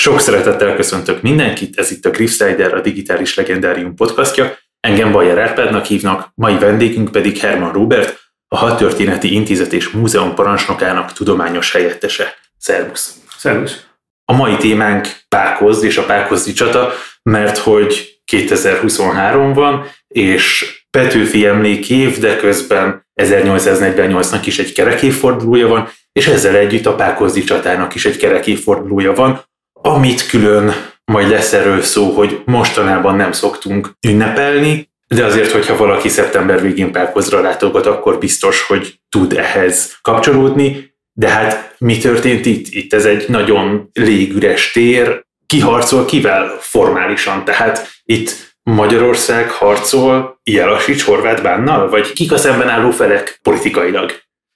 Sok szeretettel köszöntök mindenkit, ez itt a Griffsider, a Digitális Legendárium podcastja. Engem Bajer Árpádnak hívnak, mai vendégünk pedig Herman Róbert, a Hadtörténeti Intézet és Múzeum parancsnokának tudományos helyettese. Szervusz! Szervusz! A mai témánk Pákozd és a pákozdi csata, mert hogy 2023 van, és Petőfi emlékév, de közben 1848-nak is egy kerekévfordulója van, és ezzel együtt a pákozdi csatának is egy kerekévfordulója van, amit külön majd lesz erről szó, hogy mostanában nem szoktunk ünnepelni, de azért, hogyha valaki szeptember végén Pákozdra látogat, akkor biztos, hogy tud ehhez kapcsolódni. De hát mi történt itt? Itt ez egy nagyon légüres tér. Ki harcol kivel formálisan? Tehát itt Magyarország harcol Jellasics Horváth Bánnal? Vagy kik a szemben álló felek politikailag?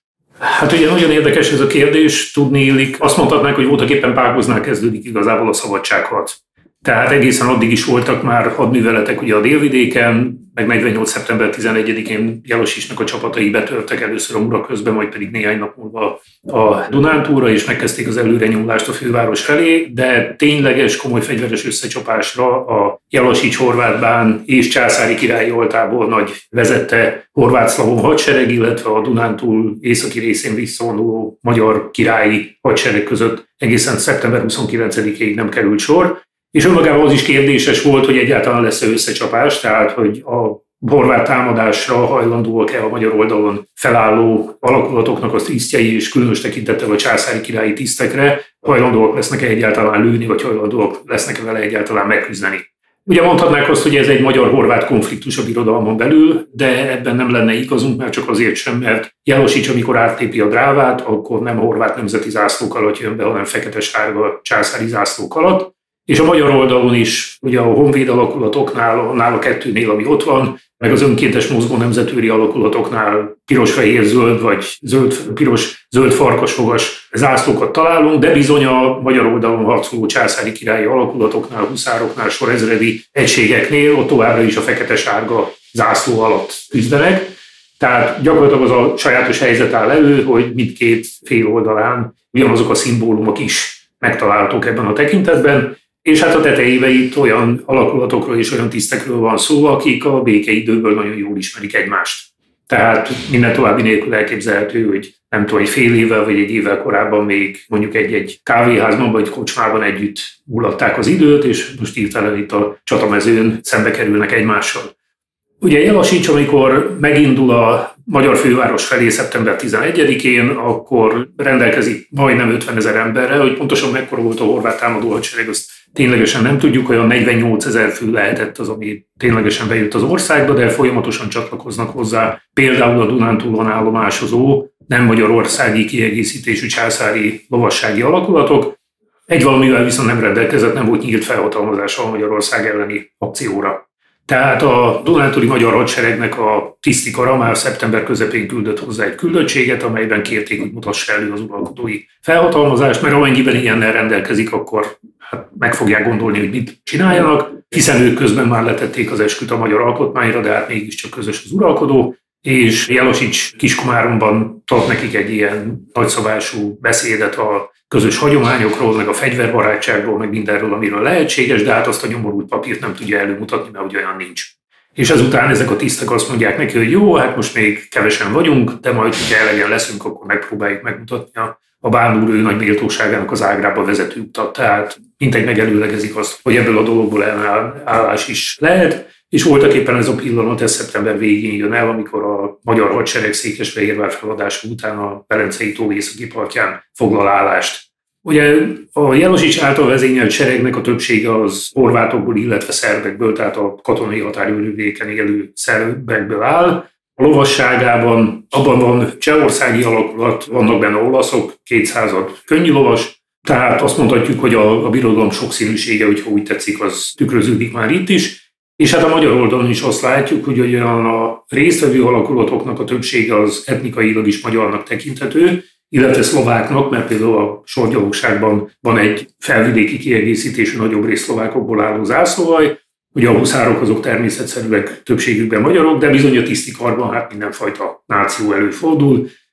Hát ugye nagyon érdekes ez a kérdés, tudni illik. Azt mondhatnánk, hogy voltak éppen Pákoznál kezdődik igazából a szabadságharc. Tehát egészen addig is voltak már hadműveletek ugye a délvidéken, meg 48. szeptember 11-én Jellasicsnak a csapatai betörtek először a Muraközbe, majd pedig néhány nap múlva a Dunántúlra, és megkezdték az előrenyomulást a főváros felé, de tényleges komoly fegyveres összecsapásra a Jellasics Horváth Bán és császári királyi oltából nagy vezette horvát szlavon hadsereg, illetve a Dunántúl északi részén visszavonuló magyar királyi hadsereg között egészen szeptember 29-ig nem került sor. És önmagában az is kérdéses volt, hogy egyáltalán lesz-e összecsapás, tehát hogy a horvát támadásra hajlandóak-e a magyar oldalon felálló alakulatoknak a tisztjei, és különös tekintettel a császári királyi tisztekre hajlandóak lesznek-e egyáltalán lőni, vagy hajlandóak lesznek-e vele egyáltalán megküzdeni. Ugye mondhatnák azt, hogy ez egy magyar-horvát konfliktus a birodalmon belül, de ebben nem lenne igazunk, már csak azért sem, mert Jellasics, amikor átlépi a Drávát, akkor nem horvát nemzeti zászlók alatt jön be, hanem fekete-sárga császári zászlók alatt. És a magyar oldalon is, ugye a honvéd alakulatoknál, annál a kettőnél, ami ott van, meg az önkéntes mozgó nemzetőri alakulatoknál piros-fehér-zöld, vagy zöld-piros-zöld farkasfogas zászlókat találunk, de bizony a magyar oldalon harcoló császári királyi alakulatoknál, huszároknál, sorezredi egységeknél ott továbbra is a fekete-sárga zászló alatt küzdenek. Tehát gyakorlatilag az a sajátos helyzet áll elő, hogy mindkét fél oldalán ugyanazok a szimbólumok is megtalálhatók ebben a tekintetben. És hát a tetejében itt olyan alakulatokról és olyan tisztekről van szó, akik a békeidőből nagyon jól ismerik egymást. Tehát minden további nélkül elképzelhető, hogy nem tudom, egy fél évvel vagy egy évvel korábban még mondjuk egy kávéházban vagy kocsmában együtt mulatták az időt, és most hirtelen itt a csatamezőn szembe kerülnek egymással. Ugye Jellasics, amikor megindul a magyar főváros felé szeptember 11-én, akkor rendelkezik majdnem 50 000 emberrel, hogy pontosan mekkora volt a horvát támadó hadsereg, azt ténylegesen nem tudjuk, olyan 48 000 fő lehetett az, ami ténylegesen bejött az országba, de folyamatosan csatlakoznak hozzá például a Dunántúlon állomásozó, nem magyarországi kiegészítésű császári lovassági alakulatok. Egy valamivel viszont nem rendelkezett, nem volt nyílt felhatalmazása a Magyarország elleni akcióra. Tehát a dunántúli magyar hadseregnek a tisztikara már szeptember közepén küldött hozzá egy küldöttséget, amelyben kérték, hogy mutassa elő az uralkodói felhatalmazást, mert amennyiben ilyennel rendelkezik, akkor hát meg fogják gondolni, hogy mit csináljanak, hiszen ők közben már letették az esküt a magyar alkotmányra, de hát mégiscsak közös az uralkodó, és Jellasics Kiskomáromban tart nekik egy ilyen nagyszabású beszédet a közös hagyományokról, meg a fegyverbarátságról, meg mindenről, amiről lehetséges, de hát azt a nyomorult papírt nem tudja előmutatni, mert ugye olyan nincs. És ezután ezek a tisztek azt mondják neki, hogy jó, hát most még kevesen vagyunk, de majd, hogyha elegen leszünk, akkor megpróbáljuk megmutatni a Bán úr ő nagy méltóságának az ágrába vezető utat. Tehát mintegy megelőlegezik azt, hogy ebből a dologból ellenállás is lehet, és voltak éppen ez a pillanat, ez szeptember végén jön el, amikor a magyar hadsereg Székesfehérvár feladása után a Velencei tó északi partján foglal állást. Ugye a Jellasics által vezényelt seregnek a többsége az horvátokból, illetve szerbekből, tehát a katonai határőrvidéken élő szerbekből áll. A lovasságában abban van csehországi alakulat, vannak benne olaszok, 200 könnyű lovas, tehát azt mondhatjuk, hogy a birodalom sokszínűsége, hogyha úgy tetszik, az tükröződik már itt is. És hát a magyar oldalon is azt látjuk, hogy olyan a résztvevő alakulatoknak a többsége az etnikailag is magyarnak tekinthető, illetve szlováknak, mert például a sorgyalogságban van egy felvidéki kiegészítésű nagyobb rész szlovákokból álló zászlóalj, ugye a huszárok azok természetszerűek többségükben magyarok, de bizony a tisztikarban hát mindenfajta náció előfordul,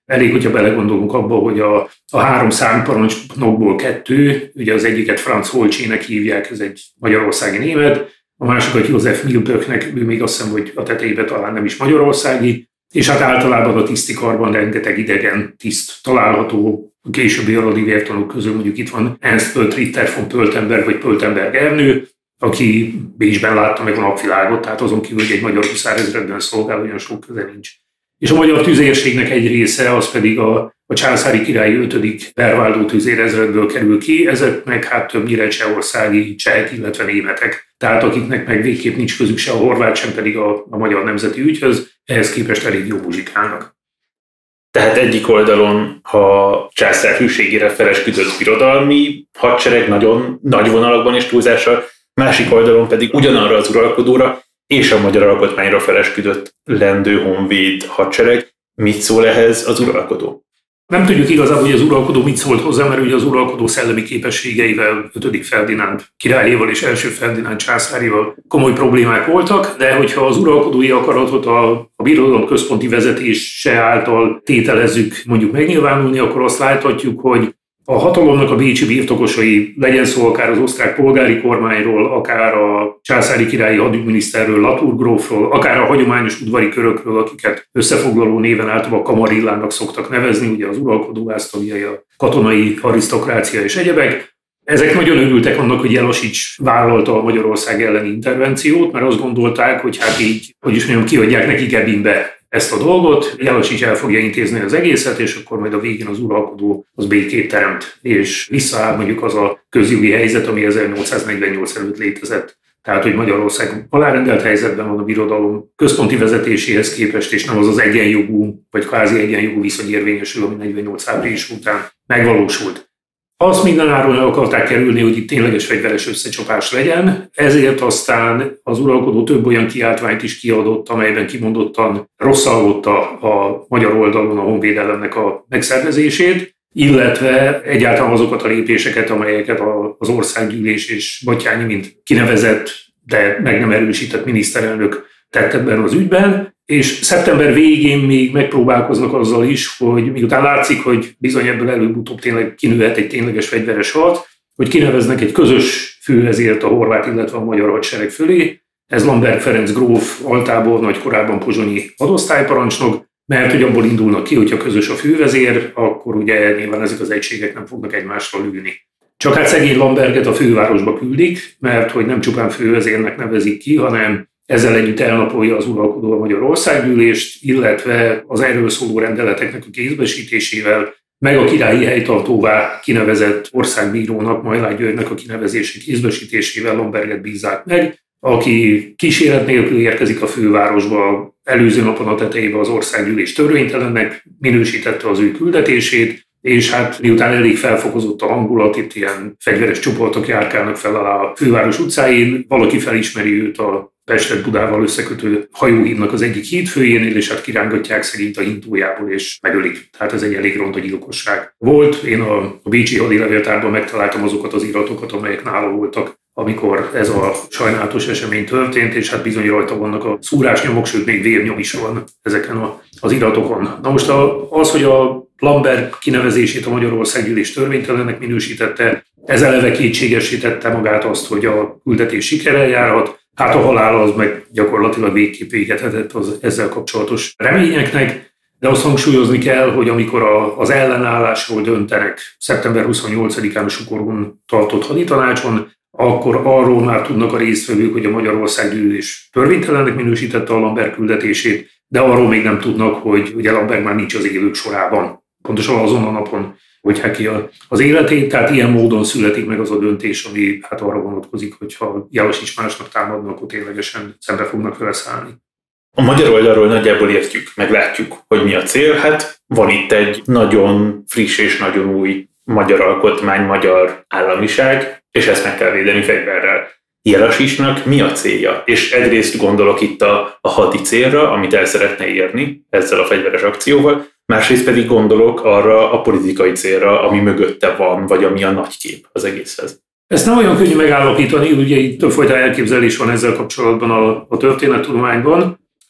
Elég, hogyha belegondolunk abba, hogy a 3 számparancsnokból 2, ugye az egyiket Franz Holcsének hívják, ez egy magyarországi német, a másikat József Milböcknek, ő még azt hiszem, hogy a tetejében talán nem is magyarországi, és hát általában a tisztikarban rengeteg idegen tiszt található, a későbbi hadivértanúk közül mondjuk itt van Ernst Ritter von Pöltenberg vagy Pöltenberg Ernő, aki Bécsben látta meg a napvilágot, tehát azon kívül, hogy egy magyar huszárezredben szolgál, olyan sok köze nincs. És a magyar tüzérségnek egy része az pedig a császári királyi 5. Berwaldó tüzérezredből kerül ki, ezek meg hát többnyire csehországi csehek, illetve németek. Tehát akiknek meg végképp nincs közük se a horvát, sem pedig a magyar nemzeti ügyhöz, ehhez képest elég jó muzsikálnak. Tehát egyik oldalon a császár hűségére felesküdött birodalmi hadsereg nagyon nagy vonalakban és túlzással, másik oldalon pedig ugyanarra az uralkodóra és a magyar alkotmányra felesküdött lendő honvéd hadsereg. Mit szól ehhez az uralkodó? Nem tudjuk igazából, hogy az uralkodó mit szólt hozzá, mert ugye az uralkodó szellemi képességeivel 5. Ferdinánd királyéval és 1. Ferdinánd császárival komoly problémák voltak, de hogyha az uralkodói akaratot a birodalom központi vezetése által tételezzük mondjuk megnyilvánulni, akkor azt láthatjuk, hogy a hatalomnak a bécsi birtokosai, legyen szó akár az osztrák polgári kormányról, akár a császári királyi hadügyminiszterről, Latour grófról, akár a hagyományos udvari körökről, akiket összefoglaló néven általában kamarillának szoktak nevezni, ugye az uralkodó áztaljai, a katonai arisztokrácia és egyebek. Ezek nagyon örültek annak, hogy Jelasics vállalta a Magyarország elleni intervenciót, mert azt gondolták, hogy hát így, kiadják nekik ebinbe ezt a dolgot, Jelasics el fogja intézni az egészet, és akkor majd a végén az uralkodó az békét teremt, és visszaáll mondjuk az a közjogi helyzet, ami 1848 előtt létezett. Tehát, hogy Magyarország alárendelt helyzetben van a birodalom központi vezetéséhez képest, és nem az az egyenjogú, vagy kvázi egyenjogú viszony érvényesül, ami 48 április után megvalósult. Azt mindenáron el akarták kerülni, hogy itt tényleges fegyveres összecsapás legyen, ezért aztán az uralkodó több olyan kiáltványt is kiadott, amelyben kimondottan rosszallotta a magyar oldalon a honvédelemnek a megszervezését, illetve egyáltalán azokat a lépéseket, amelyeket az országgyűlés és Batthyány, mint kinevezett, de meg nem erősített miniszterelnök tett ebben az ügyben, és szeptember végén még megpróbálkoznak azzal is, hogy miután látszik, hogy bizony ebből előbb-utóbb tényleg kinőhet egy tényleges fegyveres harc, hogy kineveznek egy közös fővezért a horvát, illetve a magyar hadsereg fölé. Ez Lamberg Ferenc gróf altábor, nagy korábban pozsonyi hadosztályparancsnok, mert hogy abból indulnak ki, hogyha közös a fővezér, akkor ugye nyilván ezek az egységek nem fognak egymásra lőni. Csak hát szegény Lamberget a fővárosba küldik, mert hogy nem csupán fővezérnek nevezik ki, hanem ezzel együtt elnapolja az uralkodó a magyar országgyűlést, illetve az erről szóló rendeleteknek a kézbesítésével, meg a királyi helytartóvá kinevezett országbírónak, Majláth Györgynek a kinevezési kézbesítésével Lamberget bízzák meg, aki kíséret nélkül érkezik a fővárosba, előző napon a tetejébe az országgyűlés törvénytelennek minősítette az ő küldetését, és hát miután elég felfokozott a hangulat, itt ilyen fegyveres csoportok járkálnak fel a főváros utcáin, valaki felismeri őt a Pestet Budával összekötő hajóhídnak az egyik hídfőjénél, és hát kirángatják szegényt a hintójából, és megölik. Tehát ez egy elég ronda gyilkosság volt. Én a bécsi hadilevéltárban megtaláltam azokat az iratokat, amelyek nála voltak, amikor ez a sajnálatos esemény történt, és hát bizony rajta vannak a szúrásnyomok, sőt még vérnyom is van ezeken az iratokon. Na most az, hogy a Lamberg kinevezését a Magyarországgyűlés törvénytelennek minősítette, ez eleve kétségesítette magát azt, hogy a küldetés sikerrel járhat. Hát a halál az meg gyakorlatilag végképp véget vetett az ezzel kapcsolatos reményeknek, de azt hangsúlyozni kell, hogy amikor az ellenállásról döntenek szeptember 28-án a Sukorhon tartott haditanácson, akkor arról már tudnak a résztvevők, hogy a Magyarországgyűlés törvénytelennek minősítette a Lamberg küldetését, de arról még nem tudnak, hogy ugye Lamberg már nincs az élők sorában. Pontosan azon a napon hagyják ki az életét, tehát ilyen módon születik meg az a döntés, ami hát arra vonatkozik, hogyha Jelasics másnak támadnak, akkor ténylegesen szembe fognak vele szállni. A magyar oldalról nagyjából értjük, meglátjuk, hogy mi a cél. Hát van itt egy nagyon friss és nagyon új magyar alkotmány, magyar államiság, és ezt meg kell védeni fegyverrel. Jelasicsnak mi a célja? És egyrészt gondolok itt a hadi célra, amit el szeretne érni ezzel a fegyveres akcióval, másrészt pedig gondolok arra a politikai célra, ami mögötte van, vagy ami a nagy kép az egészhez. Ezt nem olyan könnyű megállapítani, ugye itt többfajta elképzelés van ezzel kapcsolatban a történettudományban.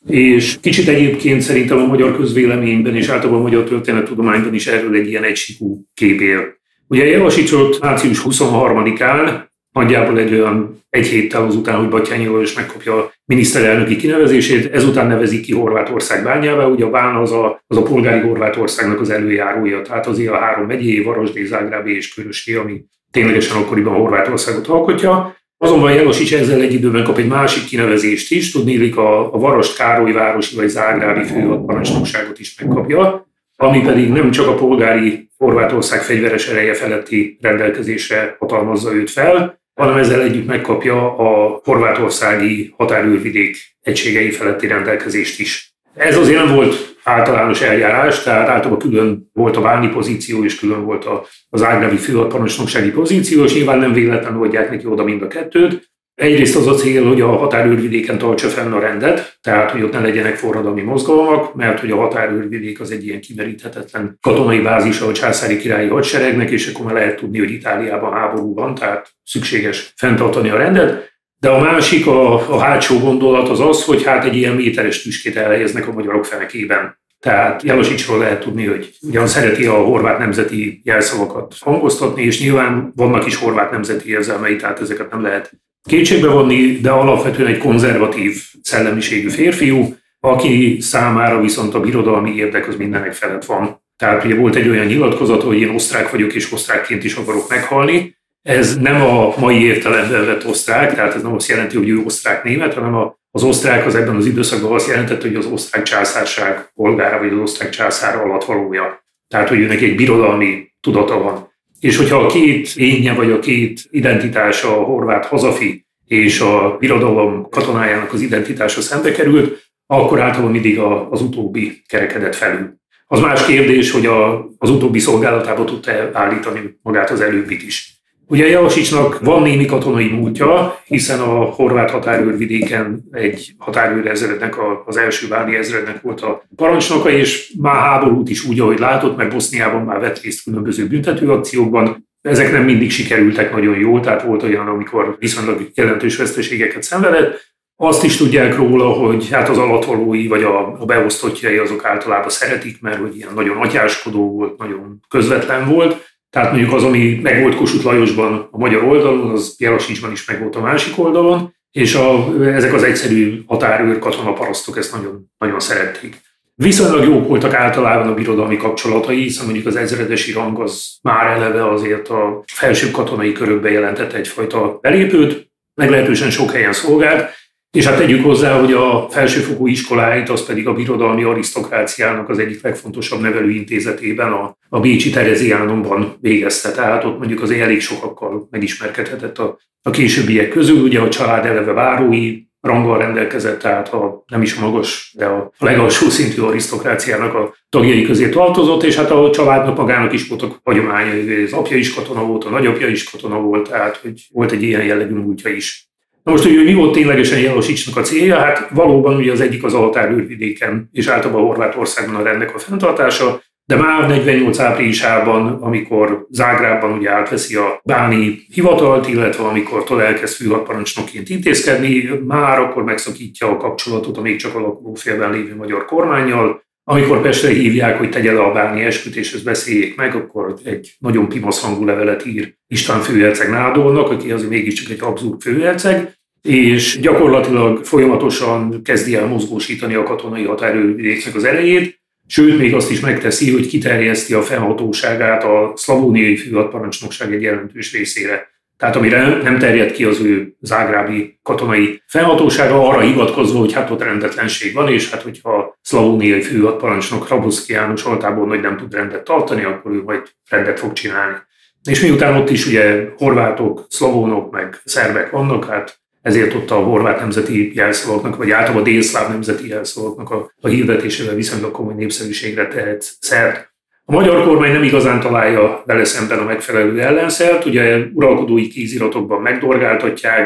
És kicsit egyébként szerintem a magyar közvéleményben és általában a magyar történettudományban is erről egy ilyen egysikú kép él. Ugye Jelasicsot március 23-án, nagyjából egy héttel azután, hogy Batthyány Lajos megkapja a miniszterelnöki kinevezését, ezután nevezik ki Horvátország bánjává. Ugye a bán az a polgári Horvátországnak az előjárója, tehát azért a 3 megyé, Varosdé, Zágrábi és Körösté, ami ténylegesen akkoriban Horvátországot alkotja. Azonban Jelasics ezzel egy időben kap egy másik kinevezést is, tudniillik a Varost Károly városi vagy zágrábi főhadparancsnokságot is megkapja, ami pedig nem csak a polgári Horvátország fegyveres ereje feletti rendelkezésre hatalmazza őt fel, hanem ezzel együtt megkapja a horvátországi határőrvidék egységei feletti rendelkezést is. Ez azért nem volt általános eljárás, tehát általában külön volt a báni pozíció, és külön volt az zágrábi főhadparancsnoksági pozíció, és nyilván nem véletlenül adják neki oda mind a kettőt. Egyrészt az a cél, hogy a határőrvidéken tartsa fenn a rendet, tehát hogy ott ne legyenek forradalmi mozgalmak, mert hogy a határőrvidék az egy ilyen kimeríthetetlen katonai bázisa a császári királyi hadseregnek, és akkor már lehet tudni, hogy Itáliában háború van, tehát szükséges fenntartani a rendet. De a másik, a hátsó gondolat az az, hogy hát egy ilyen méteres tüskét elhelyeznek a magyarok fenekében. Tehát Jelasicsról lehet tudni, hogy ugyan szereti a horvát nemzeti jelszavakat hangoztatni, és nyilván vannak is horvát nemzeti érzelmei, tehát ezeket nem lehet kétségbe vonni, de alapvetően egy konzervatív szellemiségű férfiú, aki számára viszont a birodalmi érdek az mindenek felett van. Tehát ugye volt egy olyan nyilatkozat, hogy én osztrák vagyok, és osztrákként is akarok meghalni. Ez nem a mai értelemben vett osztrák, tehát ez nem azt jelenti, hogy ő osztrák-német, hanem az osztrák az ebben az időszakban azt jelentette, hogy az osztrák császárság polgára, vagy az osztrák császár alattvalója. Tehát, hogy őnek egy birodalmi tudata van. És hogyha a két énje, vagy a két identitása, a horvát hazafi és a birodalom katonájának az identitása szembe került, akkor általában mindig az utóbbi kerekedett felül. Az más kérdés, hogy az utóbbi szolgálatába tudta állítani magát az előbbit is. Ugye Jelasicsnak van némi katonai múltja, hiszen a horvát határőrvidéken egy határőrezrednek, az első báni ezrednek volt a parancsnoka, és már háborút is úgy, ahogy látott, mert Boszniában már vett részt különböző büntetőakciókban. Ezek nem mindig sikerültek nagyon jól, tehát volt olyan, amikor viszonylag jelentős veszteségeket szenvedett. Azt is tudják róla, hogy hát az alattvalói vagy a beosztottjai azok általában szeretik, mert hogy ilyen nagyon atyáskodó volt, nagyon közvetlen volt. Tehát mondjuk az, ami megvolt Kossuth Lajosban a magyar oldalon, az Jelasicsban is megvolt a másik oldalon, és ezek az egyszerű határőr katonaparasztok ezt nagyon, nagyon szerették. Viszonylag jók voltak általában a birodalmi kapcsolatai, hiszen mondjuk az ezredesi rang az már eleve azért a felsőbb katonai körökbe jelentette egyfajta belépőt, meglehetősen sok helyen szolgált, és hát tegyük hozzá, hogy a felsőfokú iskoláit az pedig a birodalmi arisztokráciának az egyik legfontosabb nevelőintézetében, a bécsi Tereziánumban végezte. Tehát ott mondjuk azért elég sokakkal megismerkedhetett a későbbiek közül. Ugye a család eleve várói ranggal rendelkezett, tehát nem is a magas, de a legalsó szintű arisztokráciának a tagjai közé tartozott, és hát a családnak magának is voltak hagyományai. Az apja is katona volt, a nagyapja is katona volt, tehát hogy volt egy ilyen jellegű múltja is. Na most, hogy mi volt ténylegesen Jelasicsnak a célja? Hát valóban ugye az egyik az határőrvidéken, és általában Horvátországban a rendnek a fenntartása, de már 48 áprilisában, amikor Zágrábban ugye átveszi a báni hivatalt, illetve amikor elkezd főhadparancsnokként intézkedni, már akkor megszakítja a kapcsolatot a még csak alakuló félben lévő magyar kormánnyal. Amikor Pestre hívják, hogy tegye le a báni esküt, és ezt beszéljék meg, akkor egy nagyon pimasz hangú levelet ír István főherceg Nádornak, aki azért mégiscsak egy Habsburg főherceg, és gyakorlatilag folyamatosan kezdi el mozgósítani a katonai határőrvidéknek az erejét, sőt, még azt is megteszi, hogy kiterjeszti a fennhatóságát a szlavóniai főhadparancsnokság egy jelentős részére. Tehát amire nem terjed ki az ő zágrábi katonai fennhatósága, arra hivatkozva, hogy hát ott rendetlenség van, és hát hogyha a szlavóniai főhadparancsnok Hrabowski János altából nagy nem tud rendet tartani, akkor ő majd rendet fog csinálni. És miután ott is ugye horvátok, szlavónok, meg szerbek vannak, hát ezért ott a horvát nemzeti jelszavaknak, vagy általában a délszláv nemzeti jelszavaknak a hirdetésével viszonylag komoly népszerűségre tehet szert. A magyar kormány nem igazán találja vele szemben a megfelelő ellenszert, ugye uralkodói kéziratokban megdorgáltatják,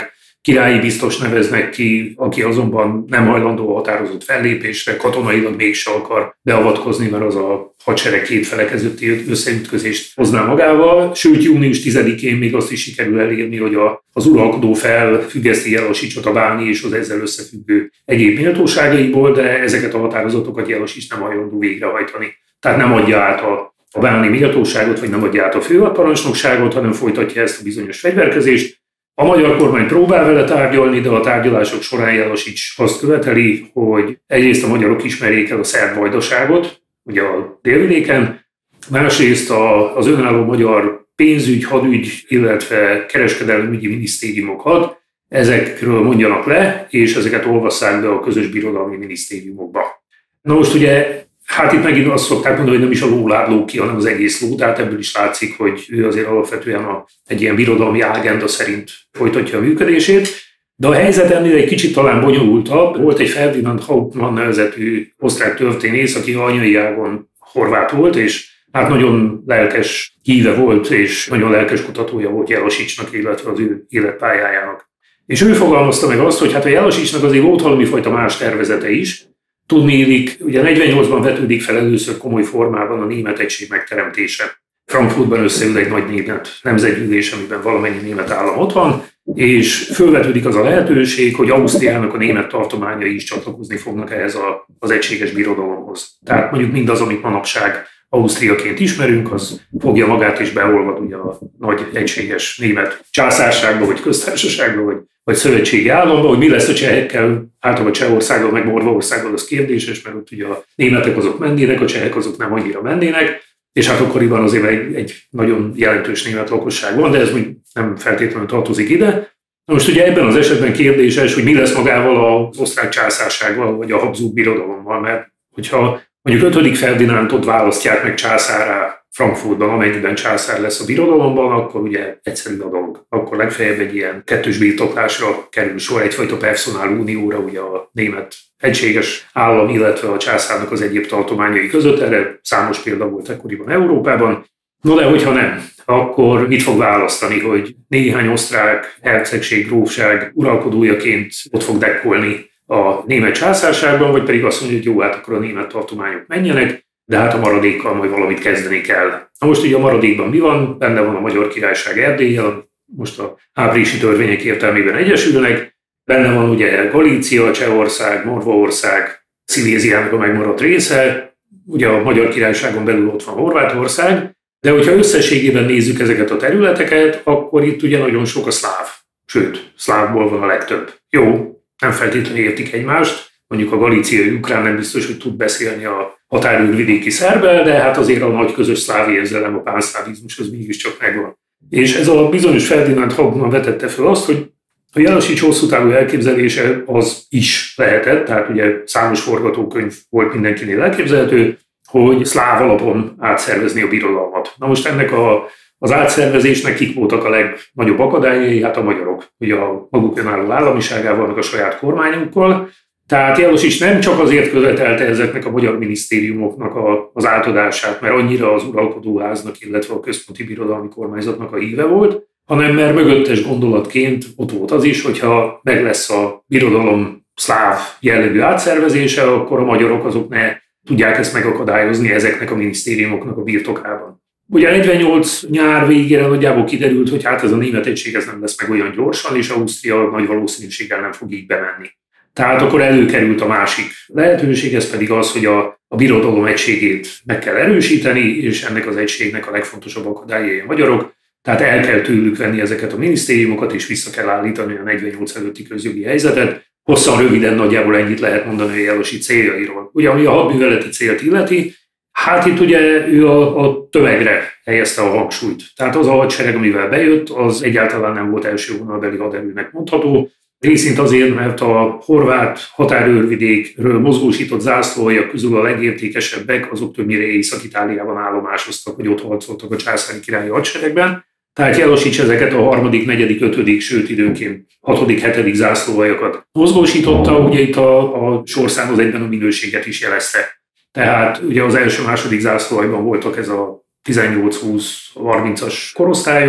királyi biztos neveznek ki, aki azonban nem hajlandó a határozott fellépésre, katonailag mégse akar beavatkozni, mert az a hadsereg két fele közötti összeütközést hozná magával. Sőt, június 10-én még azt is sikerül elérni, hogy az uralkodó felfüggeszti Jelasicsot a báni és az ezzel összefüggő egyéb méltóságaiból, de ezeket a határozatokat Jelasics nem hajlandó végrehajtani. Tehát nem adja át a báni méltóságot, vagy nem adja át a főhadparancsnokságot, hanem folytatja ezt a bizonyos fegyverkezést. A magyar kormány próbál vele tárgyalni, de a tárgyalások során Jelasics azt követeli, hogy egyrészt a magyarok ismerjék el a szerb vajdaságot, ugye a délvidéken, másrészt az önálló magyar pénzügy, hadügy, illetve kereskedelemügyi minisztériumokat, ezekről mondjanak le, és ezeket olvasszák be a közös birodalmi minisztériumokba. Na most ugye, hát itt megint azt szokták mondani, hogy nem is a lóláb lóg ki, hanem az egész ló, tehát ebből is látszik, hogy ő azért alapvetően egy ilyen birodalmi ágenda szerint folytatja a működését. De a helyzet ennél egy kicsit talán bonyolultabb. Volt egy Ferdinand Hauptmann nevezetű osztrák történész, aki anyai ágon horvát volt, és hát nagyon lelkes híve volt, és nagyon lelkes kutatója volt Jelasicsnak, illetve az ő életpályájának. És ő fogalmazta meg azt, hogy hát a Jelasicsnak azért volt valami fajta más tervezete is. Tudniillik, ugye 48-ban vetődik fel először komoly formában a német egység megteremtése. Frankfurtban összeül egy nagy német nemzetgyűlés, amiben valamennyi német állam ott van, és fölvetődik az a lehetőség, hogy Ausztriának a német tartományai is csatlakozni fognak ehhez az egységes birodalomhoz. Tehát mondjuk mindaz, amit manapság Ausztriaként ismerünk, az fogja magát és beolvad ugye a nagy egységes német császárságba, vagy köztársaságba, vagy szövetségi államba, hogy mi lesz a csehekkel, általában Csehországgal, meg Morvaországgal, az kérdéses, mert ott ugye a németek azok mennének, a csehek azok nem annyira mennének, és hát akkoriban azért egy nagyon jelentős német lakosság van, de ez nem feltétlenül tartozik ide. Na most ugye ebben az esetben kérdéses, hogy mi lesz magával az osztrák császársággal, vagy a Habsburg birodalommal, mert hogyha mondjuk 5. Ferdinándot választják meg császárrá Frankfurtban, amennyiben császár lesz a birodalomban, akkor ugye egyszerű a dolog. Akkor legfeljebb egy ilyen kettős birtoklásra kerül sor, egyfajta personál unióra, ugye a német egységes állam, illetve a császárnak az egyéb tartományai között. Erre számos példa volt ekkoriban Európában. No de hogyha nem, akkor mit fog választani, hogy néhány osztrák hercegség, grófság uralkodójaként ott fog dekkolni a német császárságban, vagy pedig azt mondja, hogy jó, hát akkor a német tartományok menjenek, de hát a maradékkal majd valamit kezdeni kell. Na most ugye a maradékban mi van? Benne van a Magyar Királyság Erdéllyel, most a áprilisi törvények értelmében egyesülnek, benne van ugye Galícia, Csehország, Morvaország, Sziléziának a megmaradt része, ugye a Magyar Királyságon belül ott van Horvátország, de hogyha összességében nézzük ezeket a területeket, akkor itt ugye nagyon sok a szláv, sőt, szlávból van a legtöbb. Jó, nem feltétlenül értik egymást, mondjuk a galíciai ukrán nem biztos, hogy tud beszélni a határőrvidéki szerbbel, de hát azért a nagy közös szláv érzelem, a pánszlávizmus az mégiscsak megvan. És ez a bizonyos Ferdinand Hauptmann vetette fel azt, hogy a Jelasics hosszú távú elképzelése az is lehetett, tehát ugye számos forgatókönyv volt mindenkinél elképzelhető, hogy szláv alapon átszervezni a birodalmat. Na most ennek az átszervezésnek kik voltak a legnagyobb akadályai? Hát a magyarok, ugye a maguk önálló államiságával, meg a saját kormányukkal. Tehát Jelasics nem csak azért követelte ezeknek a magyar minisztériumoknak az átadását, mert annyira az uralkodóháznak, illetve a központi birodalmi kormányzatnak a híve volt, hanem mert mögöttes gondolatként ott volt az is, hogyha meg lesz a birodalom szláv jellegű átszervezése, akkor a magyarok azok ne tudják ezt megakadályozni ezeknek a minisztériumoknak a birtokában. Ugye 48 nyár végére nagyjából kiderült, hogy hát ez a német egység ez nem lesz meg olyan gyorsan, és Ausztria nagy valószínűséggel nem fog így bemenni. Tehát akkor előkerült a másik lehetőség, ez pedig az, hogy a birodalom egységét meg kell erősíteni, és ennek az egységnek a legfontosabb akadályai a magyarok. Tehát el kell tőlük venni ezeket a minisztériumokat, és vissza kell állítani a 48 előtti közjogi helyzetet. Hosszan, röviden nagyjából ennyit lehet mondani a Jelasics céljairól. Ugye, ami a hadműveleti célt illeti, hát itt ugye ő a tömegre helyezte a hangsúlyt. Tehát az a hadsereg, amivel bejött, az egyáltalán nem volt első vonalbeli haderőnek mondható. Részint azért, mert a horvát határőrvidékről mozgósított zászlóaljak közül a legértékesebbek, azok többnyire Észak-Itáliában állomásoztak, hogy ott harcoltak a császári királyi hadseregben. Tehát Jelasics ezeket a 3., 4., 5., sőt időnként 6., 7. zászlóaljakat mozgósította, ugye itt a sorszám az egyben a minőséget is jelezte. Tehát ugye az első, második zászlóaljban voltak ez a 18-20-30-as korosztályok,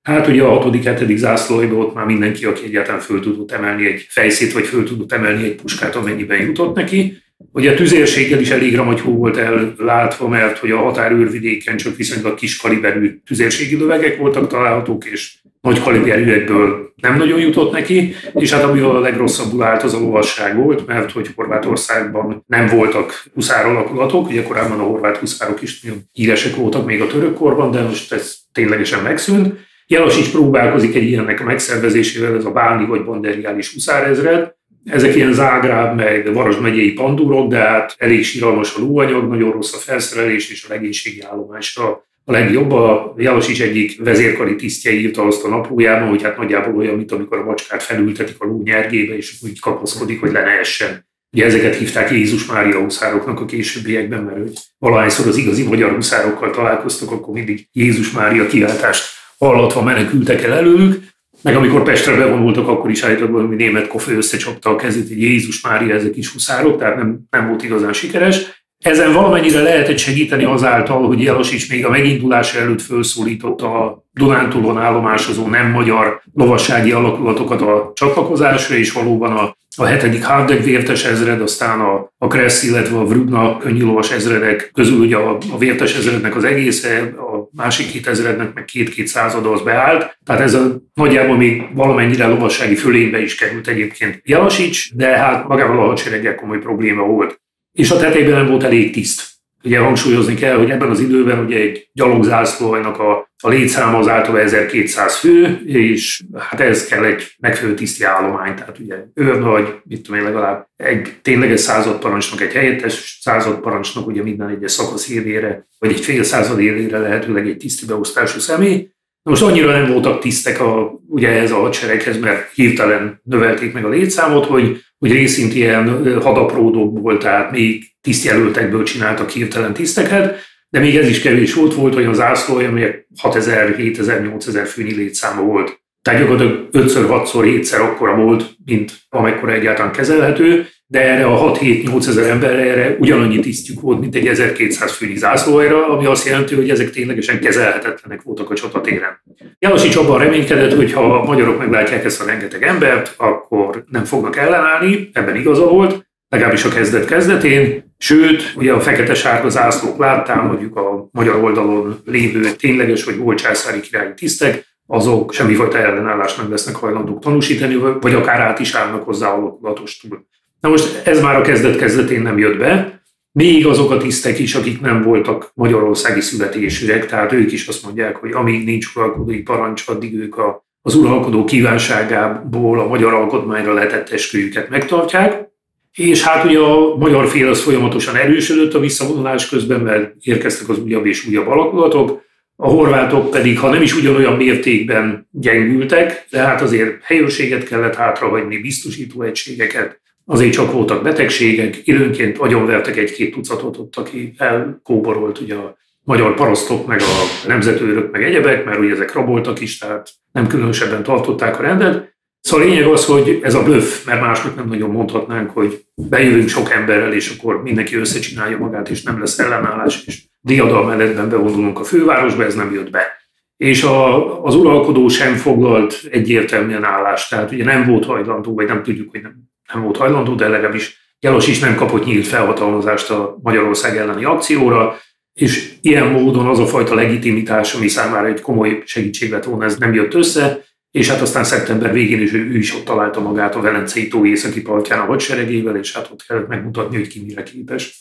Hát ugye a 6.-7. zászlóiban ott már mindenki, aki egyáltalán föl tudott emelni egy fejszét, vagy föl tudott emelni egy puskát, amennyiben jutott neki. Ugye a tüzérséggel is elég ramagyhó volt ellátva, mert hogy a határőrvidéken csak viszonylag kis kaliberű tüzérségi lövegek voltak találhatók, és nagy kaliberűekből nem nagyon jutott neki, és hát ami a legrosszabbul állt, az a lovasság volt, mert hogy Horvátországban nem voltak huszár alakulatok, ugye korábban a horvát huszárok is nagyon híresek voltak még a török korban, de most ez ténylegesen megszűnt. Jelasics próbálkozik egy ilyennek a megszervezésével, ez a Báni vagy Banderiális huszárezred. Ezek ilyen Zágráb meg Varasd megyei pandúrok, de hát elég siralmas a lóanyag, nagyon rossz a felszerelés, és a legénységi állomásra a legjobb. A Jelasics egyik vezérkari tisztje írta azt a naplójában, hogy hát nagyjából olyan, mint amikor a macskát felültetik a ló nyergébe, és úgy kapaszkodik, hogy le ne essen. Ugye ezeket hívták Jézus Mária huszároknak a későbbiekben, mert hogy valahányszor az igazi magyar huszárokkal találkoztak, akkor mindig Jézus Mária kiáltást hallatva menekültek el előlük. Meg amikor Pestre bevonultak, akkor is állított, hogy német kofő összecsapta a kezét, hogy Jézus Mária, ezek is huszárok, tehát nem volt igazán sikeres. Ezen valamennyire lehetett segíteni azáltal, hogy Jelasics még a megindulása előtt felszólította a Dunántúlon állomásozó nem magyar lovassági alakulatokat a csatlakozásra, és valóban a 7. Hardegg vértes ezred, aztán a Kressz, illetve a Vrubna könnyűlovas ezredek közül ugye a vértes ezrednek az egésze, a másik 2 ezrednek meg 2 százada az beállt. Tehát ez nagyjából még valamennyire lovassági fölénybe is került egyébként Jelasics, de hát magával a hadsereggel komoly probléma volt. És a tetejében nem volt elég tiszt. Ugye hangsúlyozni kell, hogy ebben az időben ugye egy gyalogzászlóajnak a létszáma az általában 1200 fő, és hát ez kell egy megfelelő tiszti állomány, tehát ugye őrnagy, mit tudom én, legalább egy tényleges századparancsnok, egy helyettes századparancsnok, ugye minden egyes szakasz élére, vagy egy fél század élére lehetőleg egy tiszti beosztású személy. Na most annyira nem voltak tisztek ugye ez a hadsereghez, mert hirtelen növelték meg a létszámot, hogy részint ilyen hadapródokból, tehát még tisztjelöltekből csináltak hirtelen tiszteket, de még ez is kevés volt, hogy az zászlója, amelyek 6000, 7000, 8000 főnyi létszáma volt. Tehát gyakorlatilag 5-ször, 6-szor, 7-szer akkora volt, mint amekkora egyáltalán kezelhető, de erre a 6-7-8 ezer emberre erre ugyanannyi tisztjük volt, mint egy 1200 főnyi zászlóajra, ami azt jelenti, hogy ezek ténylegesen kezelhetetlenek voltak a csatatéren. Jelasics abban reménykedett, hogy ha a magyarok meglátják ezt a rengeteg embert, akkor nem fognak ellenállni, ebben igaza volt, legalábbis a kezdetén. Sőt, ugye a fekete-sárga zászlók láttán, mondjuk a magyar oldalon lévő tényleges vagy volt császári királyi tisztek, azok semmifajta ellenállást nem lesznek hajlandók tanúsítani, vagy akár át is állnak hozzá alakulatostul. Na most ez már a kezdetén nem jött be, még azok a tisztek is, akik nem voltak magyarországi születésűek, tehát ők is azt mondják, hogy amíg nincs uralkodói parancs, addig ők az uralkodó kívánságából a magyar alkotmányra letett esküjüket megtartják. És hát ugye a magyar fél az folyamatosan erősödött a visszavonulás közben, mert érkeztek az újabb és újabb alakulatok, a horvátok pedig, ha nem is ugyanolyan mértékben gyengültek, de hát azért helyőrséget kellett hátrahagyni, biztosító egységeket, azért csak voltak betegségek, időnként agyonvertek 1-2 tucatot ott, aki elkóborolt ugye a magyar parasztok, meg a nemzetőrök, meg egyebek, mert ugye ezek raboltak is, tehát nem különösebben tartották a rendet. Szóval a lényeg az, hogy ez a blöff, mert másnak nem nagyon mondhatnánk, hogy bejövünk sok emberrel, és akkor mindenki összecsinálja magát, és nem lesz ellenállás, és diadalmenetben bevonulunk a fővárosba, ez nem jött be. És az uralkodó sem foglalt egyértelműen állást, tehát ugye nem volt hajlandó, vagy nem tudjuk, hogy nem volt hajlandó, de legalábbis Jelasics nem kapott nyílt felhatalmazást a Magyarország elleni akcióra, és ilyen módon az a fajta legitimitás, ami számára egy komoly segítség lett volna, ez nem jött össze, és hát aztán szeptember végén is ő is ott találta magát a Velencei tó északi partján a hadseregével, és hát ott kellett megmutatni, hogy ki mire képes.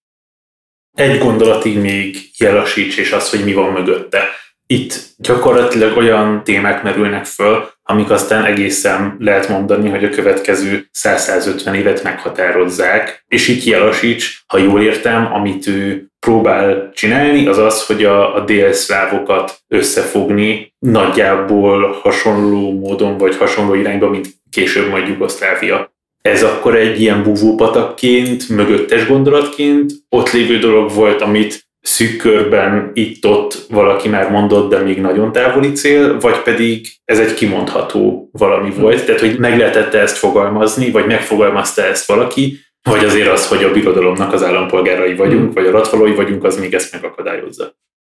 Egy gondolatig még Jelasics és az, hogy mi van mögötte. Itt gyakorlatilag olyan témák merülnek föl, amik aztán egészen lehet mondani, hogy a következő 100-150 évet meghatározzák. És itt Jelasics, ha jól értem, amit ő próbál csinálni, az az, hogy a délszlávokat összefogni nagyjából hasonló módon, vagy hasonló irányba, mint később majd Jugoszlávia. Ez akkor egy ilyen búvópatakként, mögöttes gondolatként ott lévő dolog volt, amit szűk körben itt-ott valaki már mondott, de még nagyon távoli cél, vagy pedig ez egy kimondható valami volt, tehát hogy meg lehetett ezt fogalmazni, vagy megfogalmazta ezt valaki, vagy azért az, hogy a birodalomnak az állampolgárai vagyunk, vagy a rattvalói vagyunk, az még ezt megakadályozza.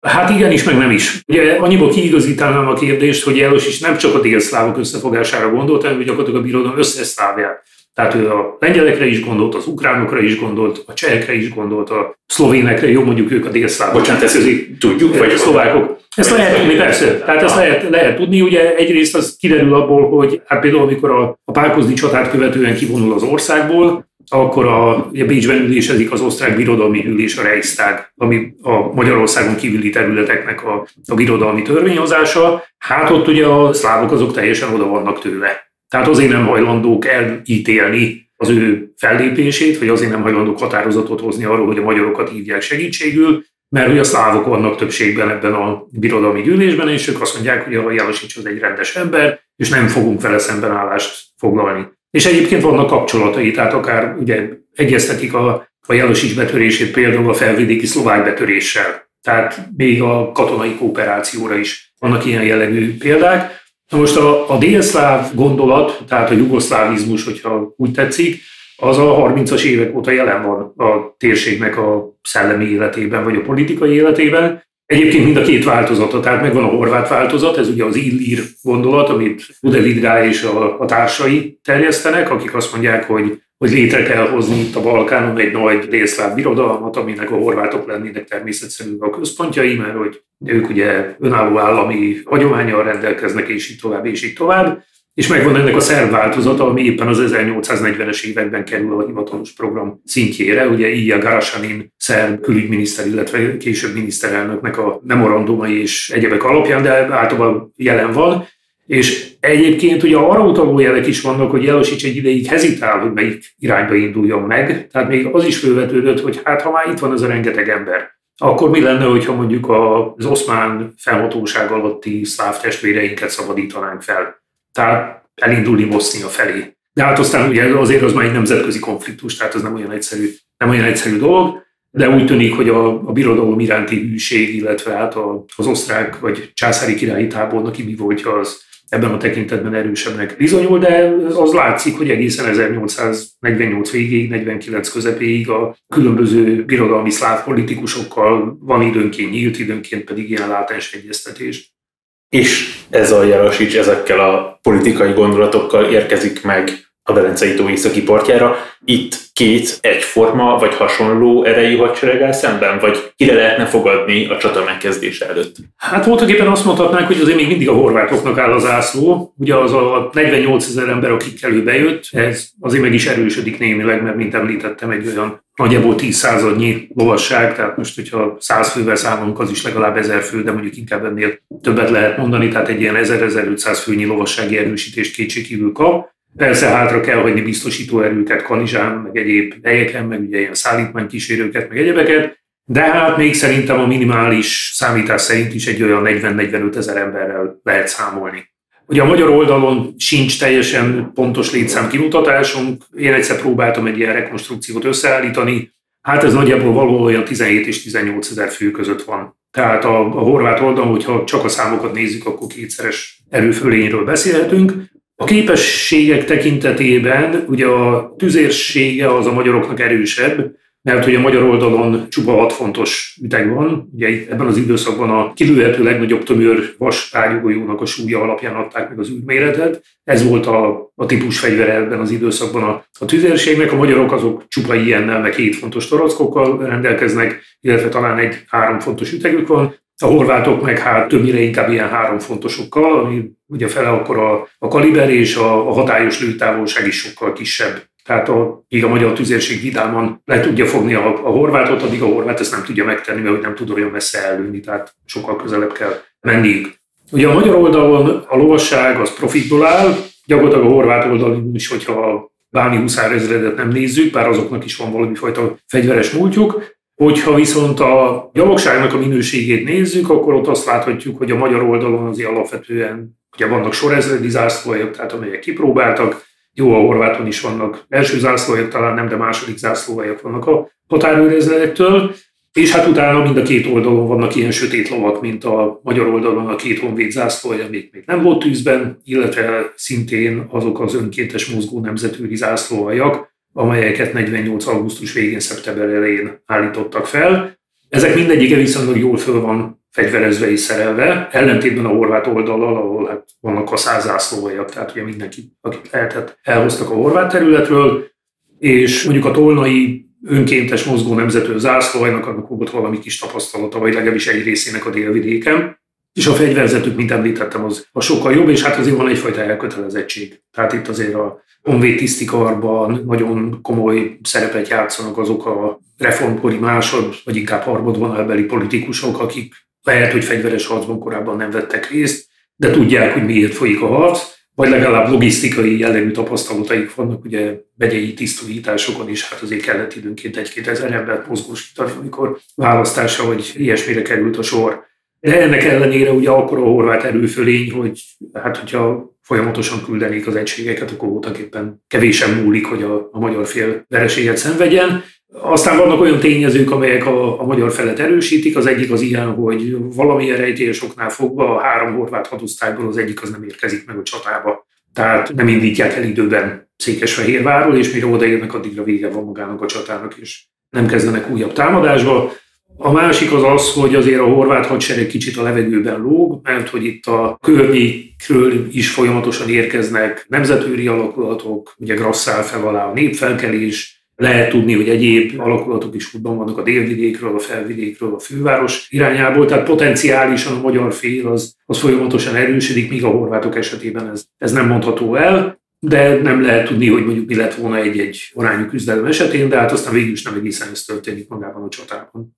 Hát igenis, meg nem is. Ugye annyiból kiigazítanám a kérdést, hogy Jelosics nem csak a délszlávok összefogására gondolt, hanem gyakorlatilag a birodalom összes szlávját. Tehát ő a lengyelekre is gondolt, az ukránokra is gondolt, a csehekre is gondolt, a szlovénekre, jó mondjuk ők a délszlávok. Bocsánat, ezt tudjuk, vagy a szlovákok. Ezt lehet tudni, persze. Tehát ezt lehet tudni. Ugye egyrészt az kiderül abból, hogy hát például amikor a párkozni csatát követően kivonul az országból, akkor ugye Bécsben ülésezik az osztrák birodalmi ülés, a Reichstag, ami a Magyarországon kívüli területeknek a birodalmi törvényhozása. Hát ott ugye a szlávok azok teljesen oda vannak tőle. Tehát azért nem hajlandók elítélni az ő fellépését, vagy azért nem hajlandók határozatot hozni arról, hogy a magyarokat hívják segítségül, mert hogy a szlávok vannak többségben ebben a birodalmi gyűlésben, és ők azt mondják, hogy a Jelosics az egy rendes ember, és nem fogunk vele szemben állást foglalni. És egyébként vannak kapcsolatai, tehát akár ugye egyeztetik a Jelosics betörését például a felvidéki szlovák betöréssel. Tehát még a katonai kooperációra is vannak ilyen jellegű példák. Na most a délszláv gondolat, tehát a jugoszlávizmus, hogyha úgy tetszik, az a 30-as évek óta jelen van a térségnek a szellemi életében, vagy a politikai életében. Egyébként mind a két változata, tehát megvan a horvát változat, ez ugye az illír gondolat, amit Udevidgá és a társai terjesztenek, akik azt mondják, hogy létre kell hozni itt a Balkánon egy nagy délszláv birodalmat, aminek a horvátok lennének természetszerűen a központjai, mert hogy ők ugye önálló állami hagyománnyal rendelkeznek, és így tovább, és így tovább. És megvan ennek a szerb változata, ami éppen az 1840-es években kerül a hivatalos program szintjére. Ugye Ilja Garašanin szerb külügyminiszter, illetve később miniszterelnöknek a memorandumai és egyebek alapján, de általában jelen van. És egyébként ugye arra utaló jelek is vannak, hogy Jelosics egy ideig hezitál, hogy melyik irányba induljon meg. Tehát még az is felvetődött, hogy hát ha már itt van ez a rengeteg ember, akkor mi lenne, hogyha mondjuk az oszmán felhatóság alatti szláv testvéreinket szabadítanánk fel. Tehát elindulni Bosznia felé. De hát aztán ugye azért az már egy nemzetközi konfliktus, tehát az nem olyan egyszerű dolog, de úgy tűnik, hogy a birodalom iránti hűség, illetve hát az osztrák vagy császári királyi tábornoki mi voltja, az ebben a tekintetben erősebbnek bizonyul, de az látszik, hogy egészen 1848 végéig, 49 közepéig a különböző birodalmi szláv politikusokkal van időnként nyílt, időnként pedig ilyen látás egyeztetés. És ez a Jelosics ezekkel a politikai gondolatokkal érkezik meg a Velencei-tó északi partjára. Itt két egyforma vagy hasonló erejű hadsereg áll szemben, vagy kire lehetne fogadni a csata megkezdése előtt? Hát voltaképpen azt mondhatnánk, hogy azért még mindig a horvátoknak áll az zászló. Ugye az a 48 000 ember, akikkel ő bejött, ez azért meg is erősödik némileg, mert mint említettem, egy olyan nagyjából 10 századnyi lovasság, tehát most, hogyha 100 fővel számolunk, az is legalább 1000 fő, de mondjuk inkább ennél többet lehet mondani, tehát egy ilyen 1000-1500 főnyi lovassági erősítést kétségkívül kap. Persze hátra kell hagyni biztosító erőket Kanizsán, meg egyéb helyeken, meg ugye ilyen szállítmánykísérőket, meg egyebeket, de hát még szerintem a minimális számítás szerint is egy olyan 40-45 000 emberrel lehet számolni. Ugye a magyar oldalon sincs teljesen pontos létszám kimutatásunk, én egyszer próbáltam egy ilyen rekonstrukciót összeállítani, hát ez nagyjából valahol olyan 17 és 18 000 fő között van. Tehát a horvát oldalon, hogyha csak a számokat nézzük, akkor kétszeres erőfölényről beszélhetünk. A képességek tekintetében ugye a tüzérsége az a magyaroknak erősebb, mert hogy a magyar oldalon csupa 6 fontos üteg van. Ugye ebben az időszakban a kilőhető legnagyobb tömör vas tárgygolyónak a súlya alapján adták meg az űrméretet. Ez volt a típus fegyvere ebben az időszakban a tüzérségnek. A magyarok azok csupa ilyennel, meg 7 fontos torockokkal rendelkeznek, illetve talán egy 3 fontos ütegük van. A horvátok meg hát többnyire inkább ilyen 3 fontosokkal, ami ugye fele akkor a kaliber és a hatályos lőtávolság is sokkal kisebb. Tehát míg a magyar tüzérség vidáman le tudja fogni a horvátot, addig a horvát ezt nem tudja megtenni, mert nem tud olyan messze ellőni, tehát sokkal közelebb kell menniük. Ugye a magyar oldalon a lovasság az profitból áll, gyakorlatilag a horvát oldalon is, hogyha a bámi huszárezredet nem nézzük, bár azoknak is van valami fajta fegyveres múltjuk. Hogyha viszont a gyalogságnak a minőségét nézzük, akkor ott azt láthatjuk, hogy a magyar oldalon azért alapvetően ugye vannak sorezredi zászlóhajok, tehát amelyek kipróbáltak, jó, a horváton is vannak első zászlóhajok, talán nem, de második zászlóhajok vannak a határőrizelektől, és hát utána mind a két oldalon vannak ilyen sötét lovak, mint a magyar oldalon a 2 honvéd zászlóhaj, amik még nem volt tűzben, illetve szintén azok az önkéntes mozgó nemzetőri zászlóhajak, amelyeket 48. augusztus végén, szeptember elején állítottak fel. Ezek mindegyike viszonylag jól föl van fegyverezve és szerelve, ellentétben a horvát oldallal, ahol hát vannak a 100 zászlóvajak, tehát ugye mindenki, akit lehetett, elhoztak a horvát területről, és mondjuk a tolnai önkéntes mozgó nemzető zászlóvajnak annak volt valami kis tapasztalata, vagy legalábbis egy részének a délvidéken. És a fegyverzetük, mint említettem, az sokkal jobb, és hát azért van egyfajta elkötelezettség. Tehát itt azért a honvéd tisztikarban nagyon komoly szerepet játszanak azok a reformkori vagy inkább harmadvonalbeli politikusok, akik lehet, hogy fegyveres harcban korábban nem vettek részt, de tudják, hogy miért folyik a harc, vagy legalább logisztikai jellegű tapasztalataik vannak, ugye megyei tisztújításokon is, hát azért kellett időnként 1-2 ezer embert mozgósítani, amikor választásra vagy ilyesmire került a sor. De ennek ellenére ugye akkor a horvát erőfölény, hogy hát hogyha folyamatosan küldenék az egységeket, akkor voltak éppen kevésen múlik, hogy a magyar fél vereséget szenvedjen. Aztán vannak olyan tényezők, amelyek a magyar felet erősítik. Az egyik az ilyen, hogy valamilyen rejtélyes oknál fogva a 3 horvát hadosztályból az egyik az nem érkezik meg a csatába. Tehát nem indítják el időben Székesfehérvárról, és mire odaérnek, addigra vége van magának a csatának, és nem kezdenek újabb támadásba. A másik az, hogy azért a horvát hadsereg kicsit a levegőben lóg, mert hogy itt a környékről is folyamatosan érkeznek nemzetőri alakulatok, ugye Grasszál fel alá a népfelkelés, lehet tudni, hogy egyéb alakulatok is útban vannak a délvidékről, a felvidékről, a főváros irányából, tehát potenciálisan a magyar fél az folyamatosan erősödik, míg a horvátok esetében ez nem mondható el, de nem lehet tudni, hogy mondjuk mi lett volna egy arányú küzdelem esetén, de hát aztán végül is nem egészen ez történik magában a csatában.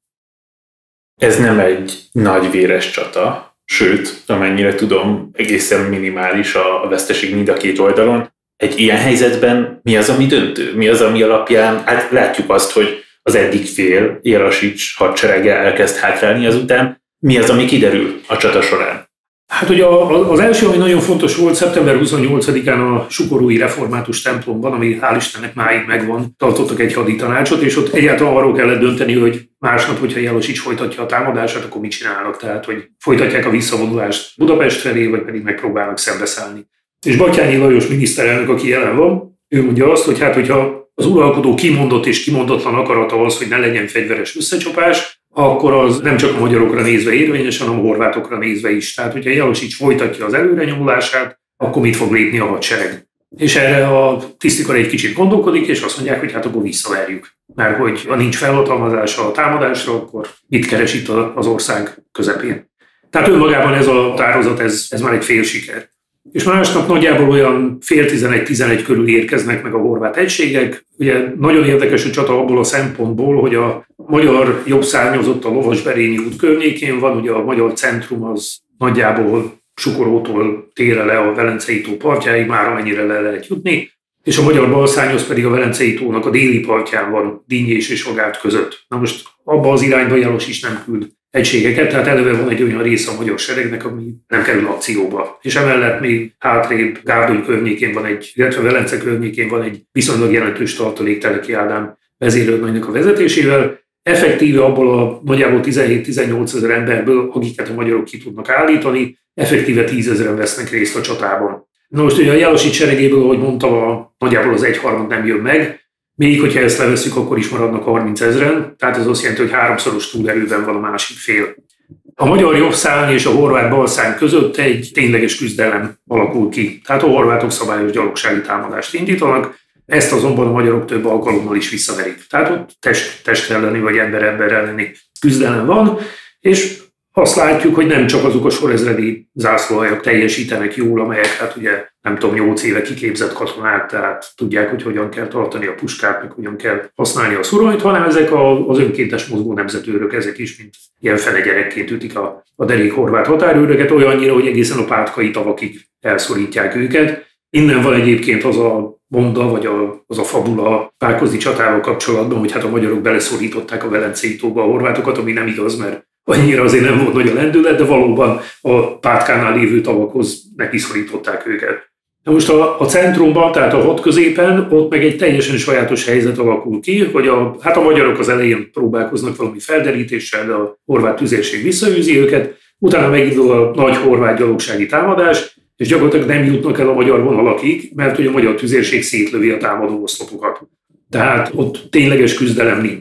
Ez nem egy nagy véres csata, sőt, amennyire tudom, egészen minimális a veszteség mind a két oldalon. Egy ilyen helyzetben mi az, ami döntő? Mi az, ami alapján, hát látjuk azt, hogy az eddig fél, Jellasics hadserege elkezd hátrálni, azután mi az, ami kiderül a csata során? Hát ugye az első, ami nagyon fontos volt, szeptember 28-án a Sukorói Református templomban, ami hál' Istennek máig megvan, tartottak egy haditanácsot, és ott egyáltalán arról kellett dönteni, hogy másnap, hogyha Jellasics folytatja a támadását, akkor mit csinálnak, tehát hogy folytatják a visszavonulást Budapest felé, vagy pedig megpróbálnak szembeszállni. És Batthyány Lajos miniszterelnök, aki jelen van, ő mondja azt, hogy hát hogyha az uralkodó kimondott és kimondatlan akarata az, hogy ne legyen fegyveres összecsapás, akkor az nem csak a magyarokra nézve érvényes, hanem a horvátokra nézve is. Tehát, hogyha Jellasics folytatja az előrenyomulását, akkor mit fog lépni a hadsereg? És erre a tisztikar egy kicsit gondolkodik, és azt mondják, hogy hát akkor visszaverjük. Mert hogy ha nincs felhatalmazása a támadásra, akkor mit keres itt az ország közepén? Tehát önmagában ez a tározat, ez már egy fél siker. És másnap nagyjából olyan 10:30-11 körül érkeznek meg a horvát egységek. Ugye nagyon érdekes a csata abból a szempontból, hogy a magyar jobb szárnyozott a Lovasberényi út környékén van, ugye a magyar centrum az nagyjából Sukorótól térre le a Velencei tó partjáig, már amennyire le lehet jutni, és a magyar balszárnyoz pedig a Velencei tónak a déli partján van, Dinnyés és Agát között. Na most abba az irányba Jellasics nem küld egységeket, tehát eleve van egy olyan része a magyar seregnek, ami nem kerül akcióba. És emellett még hátrébb Gárdony környékén van illetve Velence környékén van egy viszonylag jelentős tartalék Teleki Ádám vezérőrnagynak a vezetésével. Effektíve abból a nagyjából 17-18 ezer emberből, akiket a magyarok ki tudnak állítani, effektíve 10 ezeren vesznek részt a csatában. Na most ugye a Jellasics seregéből, ahogy mondtam, nagyjából az 1/3 nem jön meg, még hogyha ezt levesszük, akkor is maradnak 30 ezeren, tehát ez azt jelenti, hogy 3-szoros túlerőben van a másik fél. A magyar jobbszárny és a horvát balszárny között egy tényleges küzdelem alakul ki. Tehát a horvátok szabályos gyalogsági támadást indítanak, ezt azonban a magyarok több alkalommal is visszaverik. Tehát ott test elleni vagy ember elleni küzdelem van, és azt látjuk, hogy nem csak azok a sorezredi zászlóhajak teljesítenek jól, amelyek hát ugye nem tudom, 8 éve kiképzett katonák, tehát tudják, hogy hogyan kell tartani a puskát, meg hogyan kell használni a szuronyt, hanem ezek az önkéntes mozgó nemzetőrök, ezek is, mint ilyen fene gyerekként ütik a derék horvát határőröket, olyannyira, hogy egészen a Pátkai tavakig elszorítják őket. Innen van egyébként az a monda, vagy az a fabula a Pákozdi csatával kapcsolatban, hogy hát a magyarok beleszorították a Velencei tóba a horvátokat, ami nem igaz, mert annyira azért nem volt nagy a lendület, de valóban a Pátkánál lévő tavakhoz nekiszorították őket. Na most a centrumban, tehát a hat középen, ott meg egy teljesen sajátos helyzet alakul ki, hogy a magyarok az elején próbálkoznak valami felderítéssel, de a horvát tüzérség visszaűzi őket, utána megindul a nagy horvát gyalogsági támadás, és gyakorlatilag nem jutnak el a magyar vonalakig, mert hogy a magyar tüzérség szétlövi a támadó oszlopokat. Tehát ott tényleges küzdelem nincs.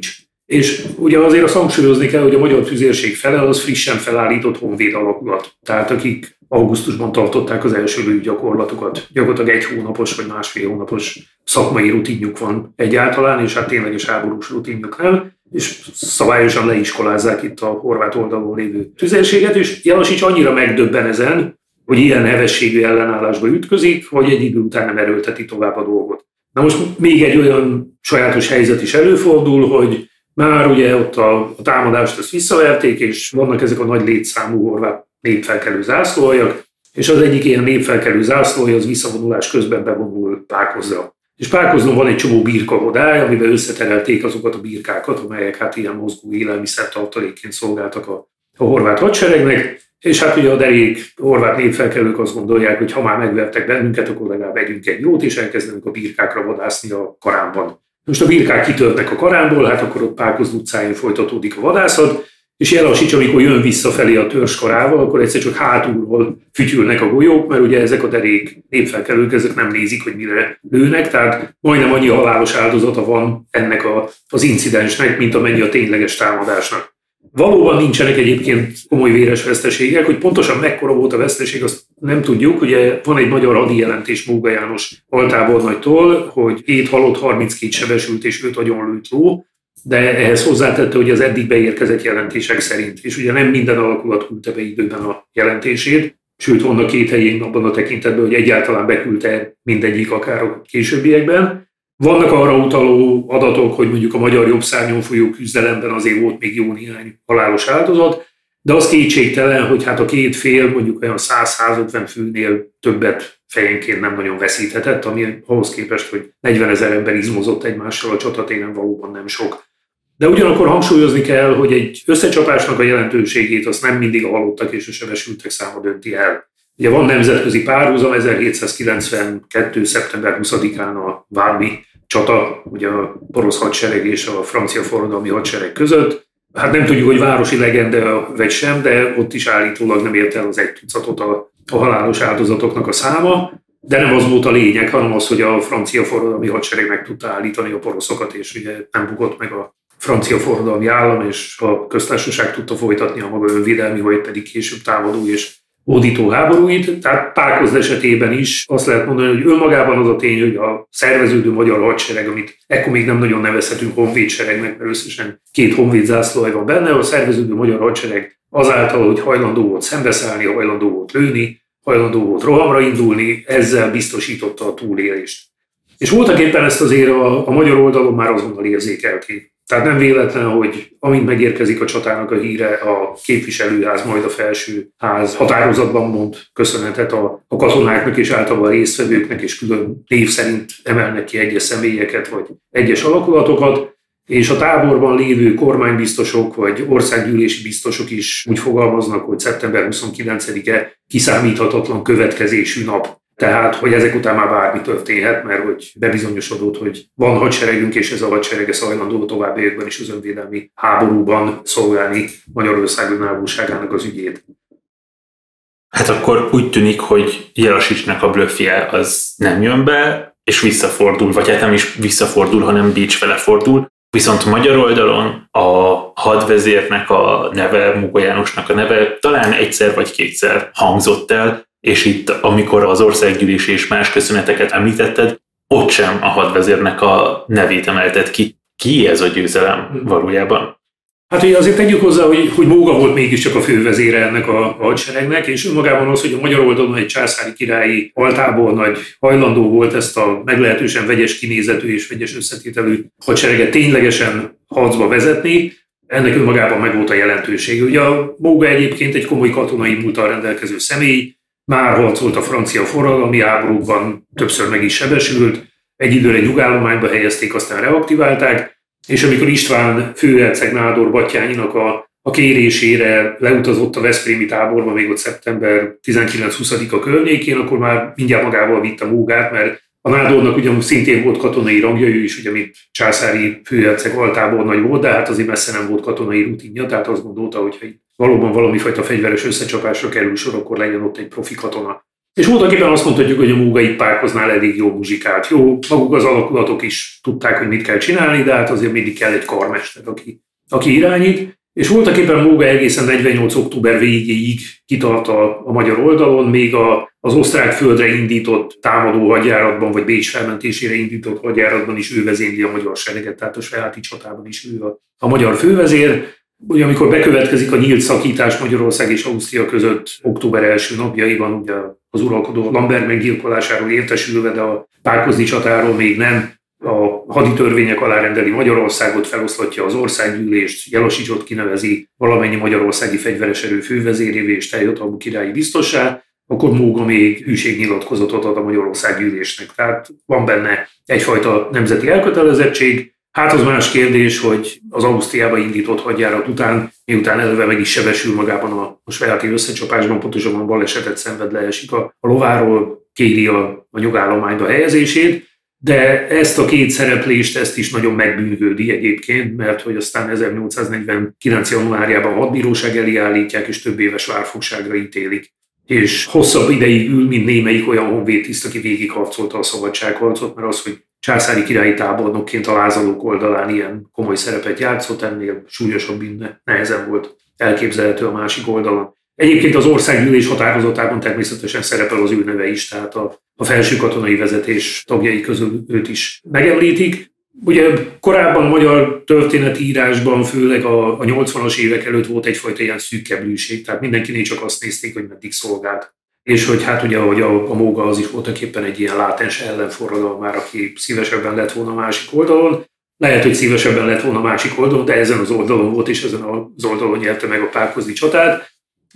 És ugye azért azt hangsúlyozni kell, hogy a magyar tüzérség fele az frissen felállított honvéd alakulat. Tehát akik augusztusban tartották az első lőgyakorlatokat. Gyakorlatilag 1 hónapos vagy másfél hónapos szakmai rutinjuk van egyáltalán, és hát tényleges háborús rutinjuk nem. És szabályosan leiskolázzák itt a horvát oldalon lévő tüzérséget, és Jellasics annyira megdöbben ezen, hogy ilyen hevességű ellenállásba ütközik, hogy egy idő után nem erőlteti tovább a dolgot. Na most még egy olyan sajátos helyzet is előfordul, hogy már ugye ott a támadást ezt visszaverték, és vannak ezek a nagy létszámú horvát népfelkelő zászlóaljak, és az egyik ilyen népfelkelő zászlóalja az visszavonulás közben bevonul Pákozra. És Pákozon van egy csomó birkahodály, amiben összeterelték azokat a birkákat, amelyek hát ilyen mozgó élelmiszer tartalékként szolgáltak a horvát hadseregnek, és hát ugye a derék horvát népfelkelők azt gondolják, hogy ha már megvertek bennünket, akkor legalább együnk egy jót, és elkezdenek a birkákra vadászni a Karánban. Most a birkák kitörnek a Karánból, hát akkor ott Pákoz utcáin folytatódik a vadászat, és Jellasics, amikor jön visszafelé a törzskarával, akkor egyszer csak hátulról fütyülnek a golyók, mert ugye ezek a derék népfelkelők, ezek nem nézik, hogy mire lőnek, tehát majdnem annyi halálos áldozata van ennek az incidensnek, mint amennyi a tényleges támadásnak. Valóban nincsenek egyébként komoly véres veszteségek, hogy pontosan mekkora volt a veszteség, azt nem tudjuk. Ugye van egy magyar hadijelentés Móga János altábornagytól, hogy 7 halott, 32 sebesült és 5 agyonlőtt ló, de ehhez hozzátette, hogy az eddig beérkezett jelentések szerint. És ugye nem minden alakulat küldte be időben a jelentését, sőt vannak 2 helyén abban a tekintetben, hogy egyáltalán beküldte mindegyik akár a későbbiekben. Vannak arra utaló adatok, hogy mondjuk a magyar jobbszárnyon folyó küzdelemben azért volt még jó néhány halálos áldozat, de az kétségtelen, hogy hát a két fél mondjuk olyan 100-150 főnél többet fejenként nem nagyon veszíthetett, ami ahhoz képest, hogy 40 000 ember izmozott egymással a csatatéren, valóban nem sok. De ugyanakkor hangsúlyozni kell, hogy egy összecsapásnak a jelentőségét azt nem mindig a halottak és a sebesültek száma dönti el. Ugye van nemzetközi párhuzam, 1792. szeptember 20-án a Válmi csata, ugye a porosz hadsereg és a francia forradalmi hadsereg között. Hát nem tudjuk, hogy városi legenda vagy sem, de ott is állítólag nem ért el az 1 tucatot a halálos áldozatoknak a száma, de nem az volt a lényeg, hanem az, hogy a francia forradalmi hadsereg meg tudta állítani a poroszokat, és ugye nem bukott meg a francia forradalmi állam, és a köztársaság tudta folytatni a maga önvédelmi, vagy pedig később támadó és hódító háborúit. Tehát Pákozd esetében is azt lehet mondani, hogy önmagában az a tény, hogy a szerveződő magyar hadsereg, amit ekkor még nem nagyon nevezhetünk honvédseregnek, mert összesen 2 honvéd zászlóalj van benne, a szerveződő magyar hadsereg azáltal, hogy hajlandó volt szembeszállni, hajlandó volt lőni, hajlandó volt rohamra indulni, ezzel biztosította a túlélést. És voltak éppen ezt azért a magyar oldalon már azonnal érzékelték. Tehát nem véletlen, hogy amint megérkezik a csatának a híre, a képviselőház, majd a felsőház határozatban mond köszönetet a katonáknak és általában a résztvevőknek, és külön név szerint emelnek ki egyes személyeket vagy egyes alakulatokat, és a táborban lévő kormánybiztosok vagy országgyűlési biztosok is úgy fogalmaznak, hogy szeptember 29-e kiszámíthatatlan következésű nap. Tehát, hogy ezek után már bármi történhet, mert hogy bebizonyosodott, hogy van hadseregünk, és ez a hadsereg hajlandó továbbiakban is az önvédelmi háborúban szolgálni Magyarország önállóságának az ügyét. Hát akkor úgy tűnik, hogy Jellasicsnak a blöffje az nem jön be, és visszafordul, vagy hát nem is visszafordul, hanem Bécs fele fordul. Viszont magyar oldalon a hadvezérnek a neve, Móga Jánosnak a neve talán egyszer vagy kétszer hangzott el, és itt, amikor az országgyűlés és más köszöneteket említetted, ott sem a hadvezérnek a nevét emelted ki. Ki ez a győzelem valójában? Hát ugye azért tegyük hozzá, hogy Móga volt mégiscsak a fővezére ennek a hadseregnek, és önmagában az, hogy a magyar oldalon egy császári királyi altábornagy hajlandó volt ezt a meglehetősen vegyes kinézetű és vegyes összetételű hadsereget ténylegesen harcba vezetni, ennek önmagában meg volt a jelentősége. Ugye a Móga egyébként egy komoly katonai múlttal rendelkező személy, már harcolt a francia forradalmi háborúkban, többször meg is sebesült, egy időre nyugállományba helyezték, aztán reaktiválták, és amikor István főherceg Nádor Batthyányinak a kérésére leutazott a veszprémi táborba, még ott szeptember 19-20-a környékén, akkor már mindjárt magával vitte Mógát, mert a Nádornak ugyan szintén volt katonai rangja, ő is ugye, mint császári főherceg altábornagy volt, de hát azért messze nem volt katonai rutinja, tehát azt gondolta, hogy ha valóban valamifajta fegyveres összecsapásra kerül sor, akkor legyen ott egy profi katona. És voltaképpen azt mondhatjuk, hogy a Múga itt Pákoznál elég jó muzsikált. Jó, maguk az alakulatok is tudták, hogy mit kell csinálni, de hát azért mindig kell egy karmester, aki irányít. És voltaképpen Múga egészen 48. október végéig kitart a magyar oldalon, még az osztrák földre indított támadó hadjáratban, vagy Bécs felmentésére indított hadjáratban is ő vezényli a magyar sereget, tehát a sajáti csatában is ő a magyar fővezér. Ugye amikor bekövetkezik a nyílt szakítás Magyarország és Ausztria között október első napjaiban, ugye az uralkodó Lambert meggyilkolásáról értesülve, de a pákozdi csatáról még nem, a haditörvények alá rendeli Magyarországot, feloszlatja az országgyűlést, Jelosicsot kinevezi valamennyi magyarországi fegyveres erő fővezérévé és teljeshatalmú királyi biztossá, akkor Múga még hűségnyilatkozatot ad a Magyarországgyűlésnek. Tehát van benne egyfajta nemzeti elkötelezettség. Hát az más kérdés, hogy az Ausztriába indított hadjárat után, miután eleve meg is sebesül magában a sajáti összecsapásban, pontosabban balesetet szenved, leesik a lováról, kéri a nyugállományba helyezését, de ezt a két szereplést, ezt is nagyon megbűnhődi egyébként, mert hogy aztán 1849. januárjában a hadbíróság elé állítják, és több éves várfogságra ítélik. És hosszabb ideig ül, mint némelyik olyan honvédtiszt, aki végigharcolta a szabadságharcot, mert az, hogy császári királyi tábornokként a lázadók oldalán ilyen komoly szerepet játszott, ennél súlyosabb bűn nehezen volt elképzelhető a másik oldalon. Egyébként az országgyűlés határozatában természetesen szerepel az ő neve is, tehát a felső katonai vezetés tagjai közül őt is megemlítik. Ugye korábban a magyar történetírásban, főleg a 80-as évek előtt volt egyfajta ilyen szűkkeblűség, tehát mindenkinél csak azt nézték, hogy meddig szolgált. És hogy hát ugye ahogy a Múga az is voltak éppen egy ilyen látens ellenforradalmár, aki szívesebben lett volna a másik oldalon. Lehet, hogy szívesebben lett volna a másik oldalon, de ezen az oldalon volt, és ezen az oldalon nyerte meg a pákozdi csatát.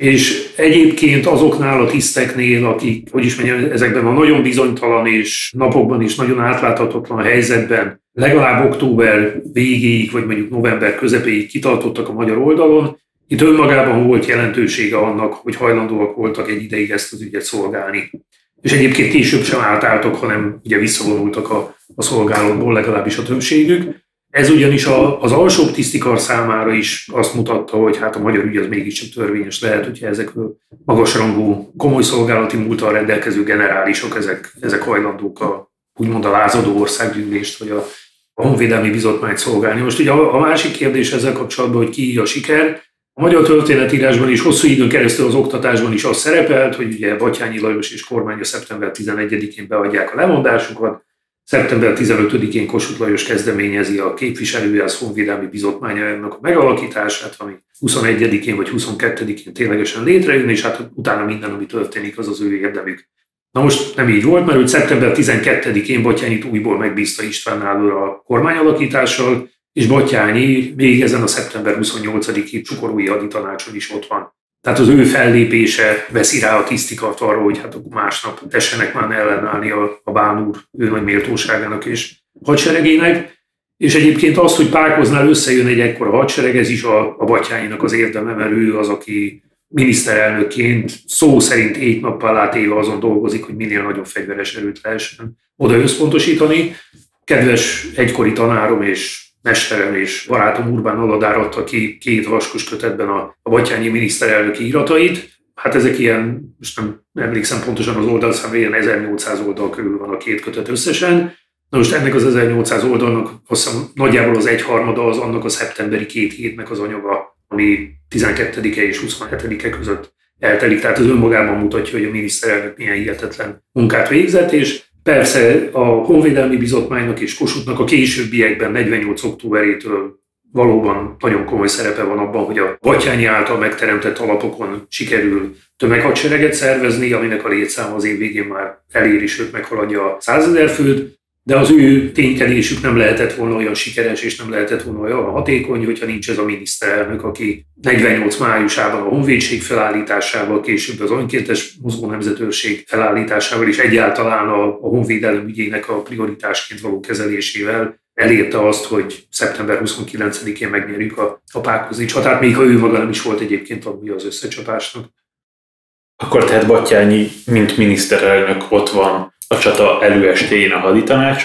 És egyébként azoknál a tiszteknél, akik, hogy is mondjam, ezekben a nagyon bizonytalan és napokban is nagyon átláthatatlan helyzetben legalább október végéig, vagy mondjuk november közepéig kitartottak a magyar oldalon, itt önmagában volt jelentősége annak, hogy hajlandóak voltak egy ideig ezt az ügyet szolgálni. És egyébként később sem átálltak, hanem ugye visszavonultak a szolgálatból, legalábbis a többségük. Ez ugyanis az alsóbb tisztikar számára is azt mutatta, hogy hát a magyar ügy az mégiscsak törvényes lehet, hogyha ezek magasrangú, komoly szolgálati múlttal rendelkező generálisok, ezek hajlandók úgymond a lázadó országgyűlést, vagy a honvédelmi bizottmányt szolgálni. Most ugye a másik kérdés ezzel kapcsolatban, hogy ki a siker. A magyar történetírásban is hosszú időn keresztül az oktatásban is az szerepelt, hogy ugye Batthyány Lajos és kormánya szeptember 11-én beadják a lemondásukat, szeptember 15-én Kossuth Lajos kezdeményezi a képviselőház honvédelmi bizottmányának a megalakítását, ami 21-én vagy 22-én ténylegesen létrejön, és hát utána minden, ami történik, az az ő érdemük. Na most nem így volt, mert hogy szeptember 12-én Batthyányit újból megbízta István Nándor a kormányalakítással, és Batthyány még ezen a szeptember 28-i Csukorúi haditanácson is ott van. Tehát az ő fellépése veszi rá a tisztikart arra, hogy hát akkor másnap tessenek már ellenállni a Bán úr ő nagy méltóságának és hadseregének. És egyébként az, hogy Pákoznál összejön egy ekkora hadsereg, ez is a Batthyánynak az érdeme, mert ő az, aki miniszterelnökként szó szerint 7 nappal átéve azon dolgozik, hogy minél nagyobb fegyveres erőt lehessen oda összpontosítani. Kedves egykori tanárom és mesterem és barátom Urbán Aladár adta ki 2 vaskos kötetben a batthyányi miniszterelnöki iratait. Hát ezek ilyen, most nem emlékszem pontosan az oldalszámra, ilyen 1800 oldal körül van a 2 kötet összesen. Na most ennek az 1800 oldalnak azt hiszem nagyjából az 1/3 az annak a szeptemberi 2 hétnek az anyaga, ami 12-e és 27-e között eltelik. Tehát az önmagában mutatja, hogy a miniszterelnök milyen hihetetlen munkát végzett, és persze a Honvédelmi Bizottmánynak és Kossuthnak a későbbiekben 48. októberétől valóban nagyon komoly szerepe van abban, hogy a Batthyány által megteremtett alapokon sikerül tömeghadsereget szervezni, aminek a létszáma az év végén már eléri, sőt meghaladja a 100 000 főt, de az ő ténykedésük nem lehetett volna olyan sikeres és nem lehetett volna olyan hatékony, hogyha nincs ez a miniszterelnök, aki 48 májusában a honvédség felállításával, később az önkéntes mozgó nemzetőrség felállításával és egyáltalán a honvédelem ügyének a prioritásként való kezelésével elérte azt, hogy szeptember 29-én megnyerjük a pákozdi csatát, még ha ő maga nem is volt egyébként tagja az összecsapásnak. Akkor tehát Batthyány, mint miniszterelnök ott van a csata előestéjén a haditanácson,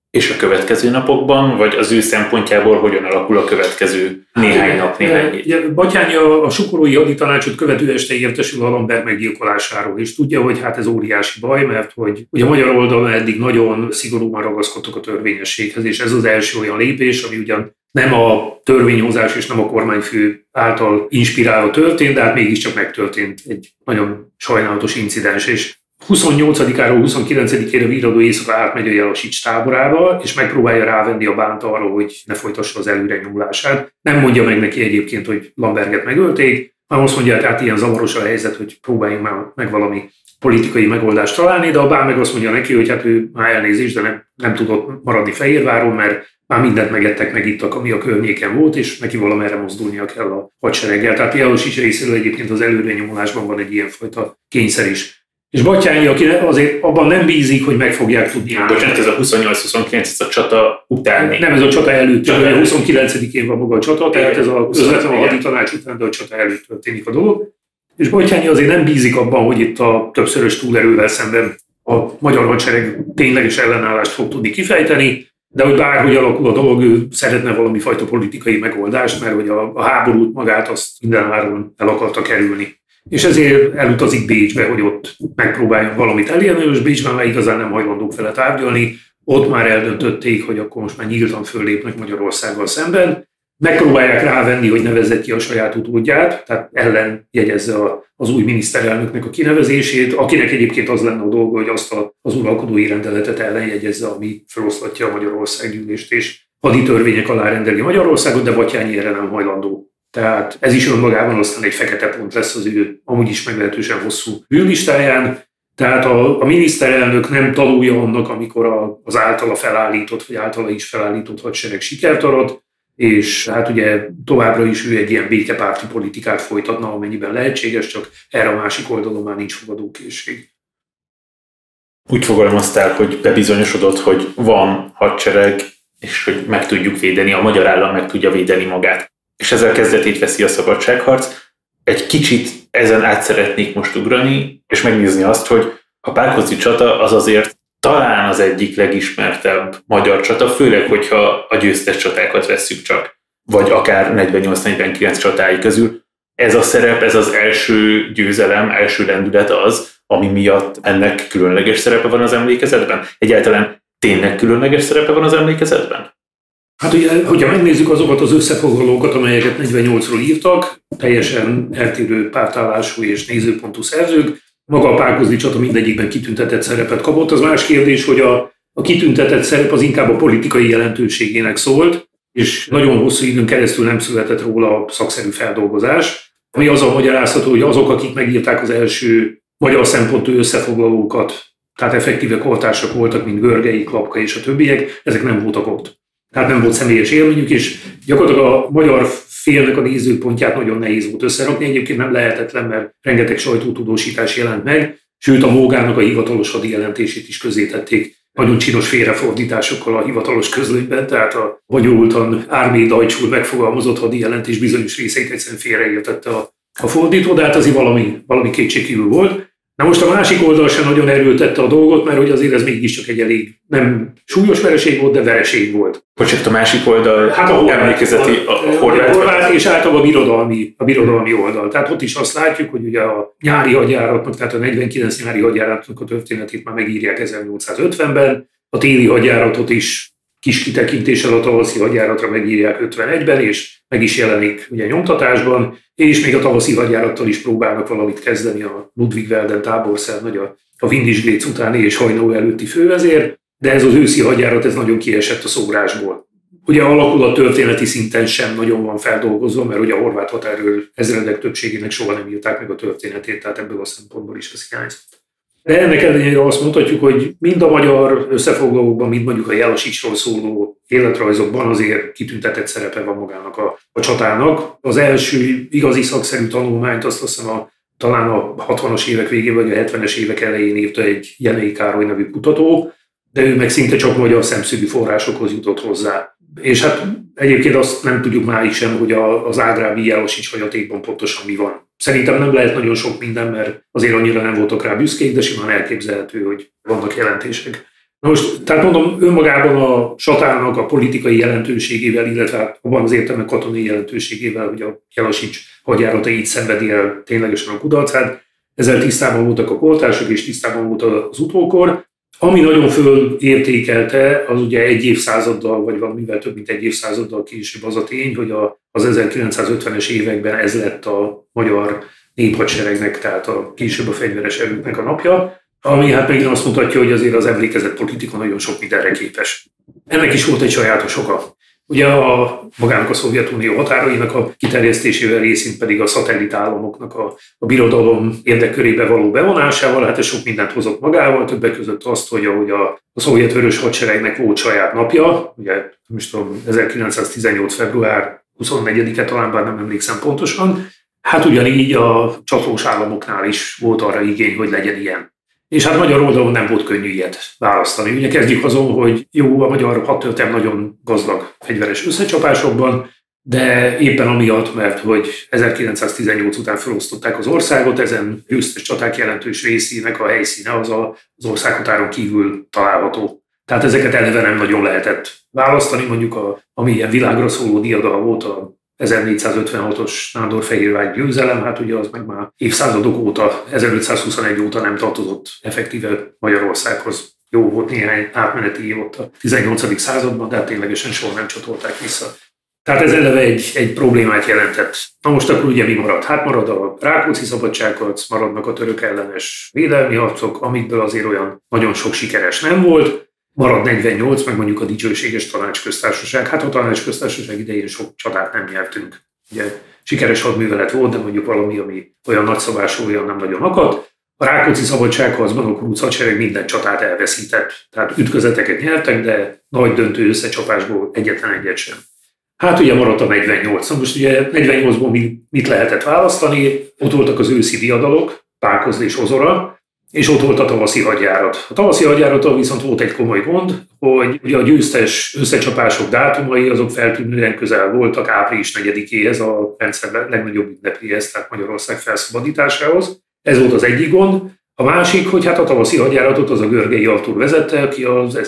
És a következő napokban, vagy az ő szempontjából hogyan alakul a következő néhány nap, néhány hét? Batthyány a sukorói haditanácsot követő este értesül a Lambert meggyilkolásáról, és tudja, hogy hát ez óriási baj, mert hogy a magyar oldalon eddig nagyon szigorúan ragaszkodtak a törvényességhez, és ez az első olyan lépés, ami ugyan nem a törvényhozás és nem a kormányfő által inspirálva történt, de hát mégiscsak megtörtént egy nagyon sajnálatos incidens, és 28-áról 29-ére Virradó éjszaka átmegy a Jelasics táborába, és megpróbálja rávenni a bánt arra, hogy ne folytassa az előre nyomulását. Nem mondja meg neki egyébként, hogy Lamberget megölték, hanem azt mondja, hogy hát ilyen zavaros a helyzet, hogy próbáljunk már meg valami politikai megoldást találni, de a bán meg azt mondja neki, hogy hát ő már elnézést, de nem tudott maradni Fehérváron, mert már mindent megettek, megittak, ami a környéken volt, és neki valamerre mozdulnia kell a hadsereggel. Tehát Jelasics részéről egyébként az előre nyomulásban van egy ilyenfajta kényszer is. És Batthyány, aki azért abban nem bízik, hogy meg fogják tudni. Bocsánat, ez a 28-29, ez a csata utáni. Nem, ez a csata előtt, csak a 29-én van maga a csata, tehát ez a haditanács után, de a csata előtt történik a dolog. És Batthyány azért nem bízik abban, hogy itt a többszörös túlerővel szemben a magyar hadsereg tényleges ellenállást fog tudni kifejteni, de hogy bárhogy alakul a dolog, ő szeretne valami fajta politikai megoldást, mert hogy a háborút magát azt mindenáron el akarta kerülni. És ezért elutazik Bécsbe, hogy ott megpróbáljon valamit elérni, és Bécsben már igazán nem hajlandók vele tárgyalni. Ott már eldöntötték, hogy akkor most már nyíltan föllépnek Magyarországgal szemben. Megpróbálják rávenni, hogy nevezze ki a saját utódját, tehát ellen jegyezze az új miniszterelnöknek a kinevezését, akinek egyébként az lenne a dolga, hogy azt az uralkodói rendeletet ellenjegyezze, ami feloszlatja a Magyarországgyűlést, és haditörvények alá rendeli Magyarországot, de Batthyány erre nem hajlandó. Tehát ez is önmagában aztán egy fekete pont lesz az ő amúgy is meglehetősen hosszú bűnlistáján. Tehát a miniszterelnök nem tanulja annak, amikor az általa felállított, vagy általa is felállított hadsereg sikert arat, és hát ugye továbbra is ő egy ilyen békepárti politikát folytatna, amennyiben lehetséges, csak erre a másik oldalon már nincs fogadókészség. Úgy fogalmaztál, hogy bebizonyosodott, hogy van hadsereg, és hogy meg tudjuk védeni, a magyar állam meg tudja védeni magát. És ezzel kezdetét veszi a szabadságharc. Egy kicsit ezen át szeretnék most ugrani, és megnézni azt, hogy a Pákozdi csata az azért talán az egyik legismertebb magyar csata, főleg, hogyha a győztes csatákat vesszük csak, vagy akár 48-49 csatái közül. Ez a szerep, ez az első győzelem, első lendület az, ami miatt ennek különleges szerepe van az emlékezetben? Egyáltalán tényleg különleges szerepe van az emlékezetben? Hát ugye, hogyha megnézzük azokat az összefoglalókat, amelyeket 48-ról írtak, teljesen eltérő pártállású és nézőpontú szerzők, maga a Pákozdi csata mindegyikben kitüntetett szerepet kapott. Az más kérdés, hogy a kitüntetett szerep az inkább a politikai jelentőségének szólt, és nagyon hosszú időn keresztül nem született róla a szakszerű feldolgozás, ami azzal magyarázható, hogy azok, akik megírták az első magyar szempontú összefoglalókat, tehát effektíve kortársak voltak, mint Görgei, Klapka és a többiek, ezek nem voltak ott. Tehát nem volt személyes élményük, és gyakorlatilag a magyar félnek a nézőpontját nagyon nehéz volt összerakni. Egyébként nem lehetetlen, mert rengeteg sajtótudósítás jelent meg, sőt a Mógának a hivatalos hadi jelentését is közzétették nagyon csinos félrefordításokkal a hivatalos közlönyben, tehát a bonyolultan Ármé Dajcsúr megfogalmazott hadi jelentés bizonyos részeit egyszerűen félreértette a fordító, de hát azért valami kétségkívül volt. Na most a másik oldal sem nagyon erőltette a dolgot, mert hogy azért ez mégiscsak egy elég nem súlyos vereség volt, de vereség volt. Bocsánat, a másik oldal hát a emlékezeti a horvát és általában a birodalmi oldal. Tehát ott is azt látjuk, hogy ugye a nyári hadjáratnak, tehát a 49 nyári hadjáratnak a történetét már megírják 1850-ben, a téli hadjáratot is kis kitekintéssel a tavaszi hadjáratra megírják 51-ben, és meg is jelenik ugye nyomtatásban, és még a tavaszi hadjárattal is próbálnak valamit kezdeni a Ludwig Welden táborszernagy, a Windischgrätz utáni és Hajnó előtti fővezér, de ez az őszi hadjárat ez nagyon kiesett a szórásból. Ugye alakulat történeti szinten sem nagyon van feldolgozva, mert ugye a horvát határőr ezredek többségének soha nem írták meg a történetét, tehát ebből a szempontból is ez hiányzott. De ennek ellenére azt mondhatjuk, hogy mind a magyar összefoglalókban, mind mondjuk a Jelasicsról szóló életrajzokban azért kitüntetett szerepe van magának a csatának. Az első igazi szakszerű tanulmányt azt hiszem talán a 60-as évek végén vagy a 70-es évek elején írta egy Jenei Károly nevű kutató, de ő meg szinte csak magyar szemszögű forrásokhoz jutott hozzá. És hát egyébként azt nem tudjuk máig sem, hogy az ágrábi Jelasics hagyatékban pontosan mi van. Szerintem nem lehet nagyon sok minden, mert azért annyira nem voltak rá büszkék, de simán elképzelhető, hogy vannak jelentések. Most, tehát mondom, önmagában a csatának a politikai jelentőségével, illetve abban az értelemben katonai jelentőségével, hogy a Jelasics hadjárata így szenvedi el ténylegesen a kudarcát, ezzel tisztában voltak a kortársak, és tisztában volt az utókor. Ami nagyon fölértékelte, az ugye egy évszázaddal, vagy valamivel több mint egy évszázaddal később az a tény, hogy az 1950-es években ez lett a magyar néphadseregnek, tehát később a fegyveres erőknek a napja, ami hát megint azt mutatja, hogy azért az emlékezett politika nagyon sok mindenre képes. Ennek is volt egy sajátos oka. Ugye magának a Szovjetunió határainak a kiterjesztésével, részint pedig a szatellitállamoknak a birodalom érdekkörébe való bevonásával, hát ez sok mindent hozott magával, többek között azt, hogy ahogy a szovjet vörös hadseregnek volt saját napja, ugye nem is tudom, 1918. február 24-e talán, bár nem emlékszem pontosan, hát ugyanígy a csatlós államoknál is volt arra igény, hogy legyen ilyen. És hát magyar oldalon nem volt könnyű ilyet választani. Ugye kezdjük azon, hogy jó, a magyar hadtörténelem nagyon gazdag fegyveres összecsapásokban, de éppen amiatt, mert hogy 1918 után felosztották az országot, ezen győztes csaták jelentős részének a helyszíne az országhatáron kívül található. Tehát ezeket eleve nem nagyon lehetett választani, mondjuk ami ilyen világra szóló diadal volt a 1456-os Nándor-Fehérvár győzelem, hát ugye az meg már évszázadok óta, 1521 óta nem tartozott effektíve Magyarországhoz. Jó volt néhány átmeneti év ott a 18. században, de hát ténylegesen soha nem csatolták vissza. Tehát ez eleve egy problémát jelentett. Na most akkor ugye mi marad? Hát marad a Rákóczi szabadságharc, maradnak a török ellenes védelmi harcok, amikből azért olyan nagyon sok sikeres nem volt. Marad 48, meg mondjuk a dicsőséges tanácsköztársaság. Hát a tanácsköztársaság idején sok csatát nem nyertünk. Ugye sikeres hadművelet volt, de mondjuk valami, ami olyan nagyszabású, olyan nem nagyon akadt. A Rákóczi szabadságharcban a kuruc hadsereg minden csatát elveszített. Tehát ütközeteket nyertek, de nagy döntő összecsapásból egyetlen egyet sem. Hát ugye maradt a 48. Most ugye 48-ból mit lehetett választani? Ott voltak az őszi diadalok, Pákozd és Ozora, és ott volt a tavaszi hadjárat. A tavaszi hadjárattól viszont volt egy komoly gond, hogy ugye a győztes összecsapások dátumai azok feltűnően közel voltak április 4-éhez, a rendszer legnagyobb ünnepéhez, tehát Magyarország felszabadításához. Ez volt az egyik gond. A másik, hogy hát a tavaszi hadjáratot az a Görgei Artúr vezette, aki az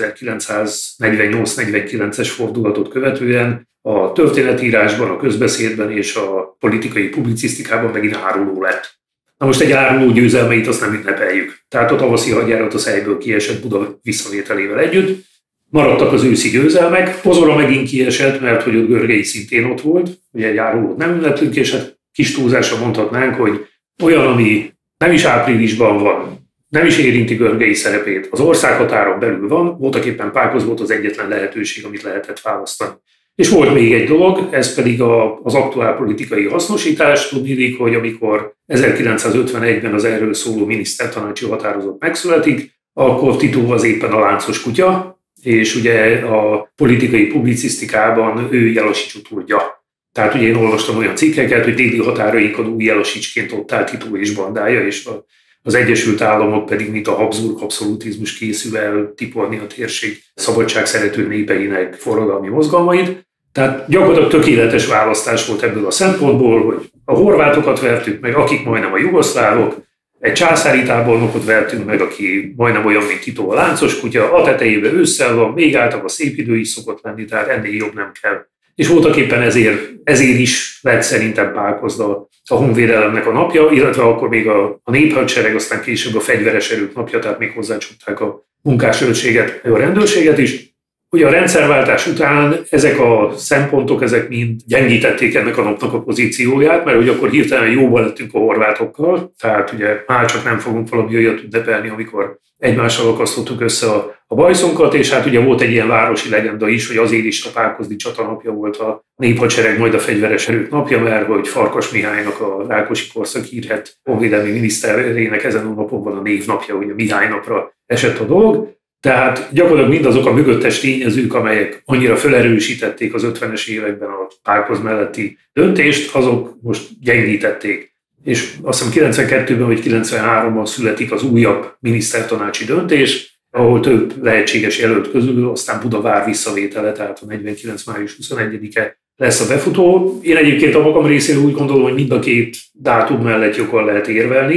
1948-49-es fordulatot követően a történetírásban, a közbeszédben és a politikai publicisztikában megint áruló lett. Na most egy áruló győzelmeit azt nem ünnepeljük. Tehát a tavaszi hadjárat az helyből kiesett Buda visszavételével együtt. Maradtak az őszi győzelmek. Ozora megint kiesett, mert hogy ott Görgei szintén ott volt. Ugye egy árulót nem ünneplünk, és hát kis túlzásra mondhatnánk, hogy olyan, ami nem is áprilisban van, nem is érinti Görgei szerepét, az országhatáron belül van, voltaképpen Pákozd volt az egyetlen lehetőség, amit lehetett választani. És volt még egy dolog, ez pedig az aktuál politikai hasznosítás. Tudniillik, hogy amikor 1951-ben az erről szóló minisztertanácsi határozat megszületik, akkor Tito az éppen a láncos kutya, és ugye a politikai publicisztikában ő Jelasics utódja. Tehát ugye én olvastam olyan cikkeket, hogy déli határainkon új Jelasicsként ott áll Tito és bandája, és az Egyesült Államok pedig, mint a Habsburg abszolutizmus készül el tipolni a térség szabadságszerető népeinek forradalmi mozgalmait. Tehát gyakorlatilag tökéletes választás volt ebből a szempontból, hogy a horvátokat vertük meg, akik majdnem a jugoszlávok, egy császári tábornokot vertünk meg, aki majdnem olyan, mint Tito a láncos kutya, a tetejében ősszel van, még általában szép idő is szokott lenni, tehát ennél jobb nem kell. És voltaképpen ezért is lett szerintem Pákozd a honvédelemnek a napja, illetve akkor még a néphadsereg, aztán később a fegyveres erők napja, tehát még hozzácsapták a munkásőrséget, a rendőrséget is. Ugye a rendszerváltás után ezek a szempontok, ezek mind gyengítették ennek a napnak a pozícióját, mert ugye akkor hirtelen jóban lettünk a horvátokkal, tehát ugye már csak nem fogunk valami olyat ünnepelni, amikor egymással akasztottuk össze a bajszunkat, és hát ugye volt egy ilyen városi legenda is, hogy azért is a pákozdi csatanapja volt a néphadsereg, majd a fegyveres erők napja, mert hogy Farkas Mihálynak, a rákosi korszak hírhedt honvédelmi miniszterének ezen a napon van a névnapja, ugye Mihály napra esett a dolog. Tehát gyakorlatilag mindazok a mögöttes tényezők, amelyek annyira felerősítették az 50-es években a Pákozd melletti döntést, azok most gyengítették. És azt hiszem 92-ben vagy 93-ban születik az újabb minisztertanácsi döntés, ahol több lehetséges jelölt közül aztán Budavár visszavétele, tehát a 49. május 21-e lesz a befutó. Én egyébként a magam részéről úgy gondolom, hogy mind a két dátum mellett joggal lehet érvelni.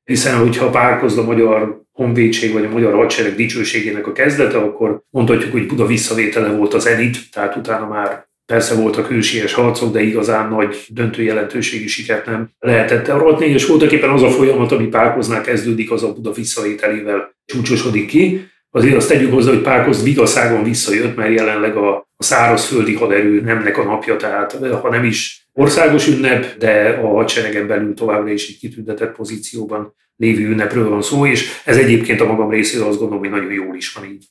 hiszen hogyha párkozd a magyar honvédség vagy a magyar hadsereg dicsőségének a kezdete, akkor mondhatjuk, hogy Buda visszavétele volt az elit, tehát utána már persze voltak hősies harcok, de igazán nagy döntő jelentőségű sikert nem lehetett aratni, és voltak éppen az a folyamat, ami Pákoznál kezdődik, az a Buda visszavételével csúcsosodik ki. Azért azt tegyük hozzá, hogy Pákozd vigaszágon visszajött, mert jelenleg a szárazföldi haderő nemnek a napja, tehát ha nem is országos ünnep, de a hadseregen belül továbbra is egy kitüntetett pozícióban lévő ünnepről van szó, és ez egyébként a magam részéről azt gondolom, hogy nagyon jól is van így.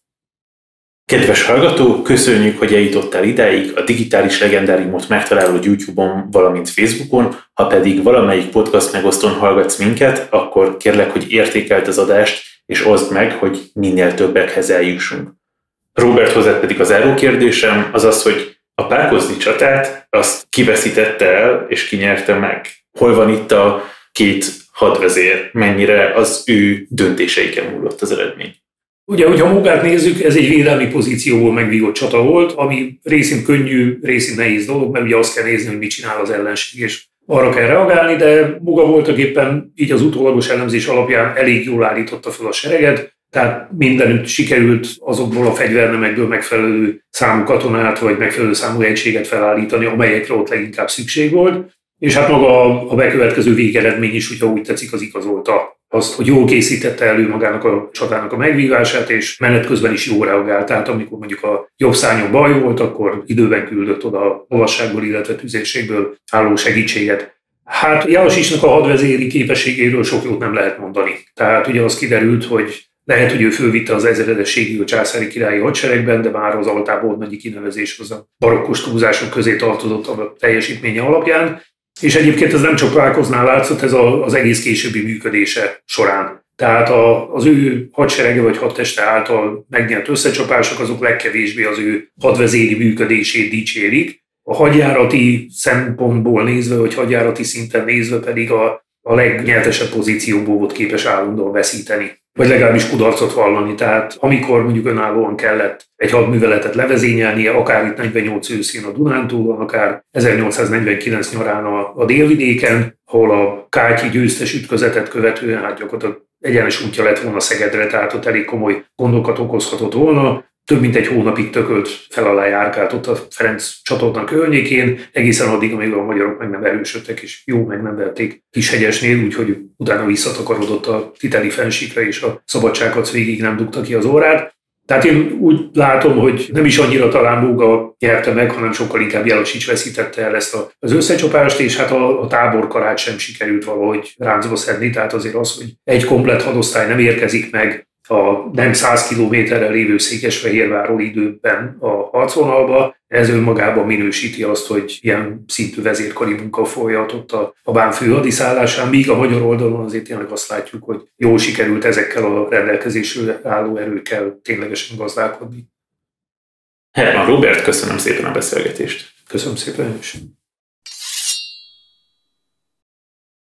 Kedves hallgató, köszönjük, hogy eljutottál idáig. A Digitális Legendáriumot megtalálod YouTube-on, valamint Facebookon, ha pedig valamelyik podcast megosztón hallgatsz minket, akkor kérlek, hogy értékeld az adást, és oszd meg, hogy minél többekhez eljussunk. Robert, hozzád pedig az záró kérdésem az az, hogy a pákozdi csatát azt kiveszítette el, és kinyerte meg. Hol van itt a két hadvezér? Mennyire az ő döntéseiken múlott az eredmény? Ugye, hogyha magát nézzük, ez egy védelmi pozícióból megvívott csata volt, ami részint könnyű, részint nehéz dolog, mert ugye azt kell nézni, hogy mit csinál az ellenség, és arra kell reagálni, de maga voltak éppen így az utólagos elemzés alapján elég jól állította fel a sereget, tehát mindenütt sikerült azokból a fegyvernemekből megfelelő számú katonát, vagy megfelelő számú egységet felállítani, amelyekre ott leginkább szükség volt. És hát maga a bekövetkező végeredmény is, hogyha úgy tetszik, az igazolta azt, hogy jól készítette elő magának a csatának a megvívását, és menet közben is jól reagált. Tehát amikor mondjuk a jobb szárnyon baj volt, akkor időben küldött oda lovasságból, illetve tüzérségből álló segítséget. Hát Jávasisnak a hadvezéri képességéről sok jót nem lehet mondani. Tehát ugye az kiderült, hogy lehet, hogy ő fölvitte az ezredességű a császári királyi hadseregben, de már az altából nagyi kinevezés az a barokkos túlzások közé tartozott a teljesítménye alapján. És egyébként ez nem csak Pákoznál látszott, ez az egész későbbi működése során. Tehát az ő hadserege vagy hadteste által megnyert összecsapások azok legkevésbé az ő hadvezéri működését dicsérik. A hadjárati szempontból nézve, vagy hadjárati szinten nézve pedig a legnyertesebb pozícióból volt képes állandóan veszíteni, vagy legalábbis kudarcot vallani. Tehát amikor mondjuk önállóan kellett egy hadműveletet levezényelnie, akár itt 48 őszén a Dunántúlon, akár 1849 nyarán a délvidéken, ahol a Kátyi győztes ütközetet követően hát gyakorlatilag egyenes útja lett volna Szegedre, tehát ott elég komoly gondokat okozhatott volna. Több mint egy hónapig tökölt fel alá járkált ott a Ferenc csatorna környékén, egészen addig, amíg a magyarok meg nem erősödtek, és jó meg nem verték Kishegyesnél, úgyhogy utána visszatakarodott a Titeli fennsíkra, és a szabadságharc végig nem dugta ki az órát. Tehát én úgy látom, hogy nem is annyira talán Bóga nyerte meg, hanem sokkal inkább Jellasics veszítette el ezt az összecsapást, és hát a táborkarát sem sikerült valahogy ráncba szedni, tehát azért az, hogy egy komplett hadosztály nem érkezik meg a nem 100 kilométerrel lévő Székesfehérvárról időben a harcvonalba, ez önmagában minősíti azt, hogy ilyen szintű vezérkari munka folytatott a Bán főhadiszállásán, míg a magyar oldalon azért tényleg azt látjuk, hogy jól sikerült ezekkel a rendelkezésre álló erőkkel ténylegesen gazdálkodni. Herman Róbert, köszönöm szépen a beszélgetést. Köszönöm szépen is.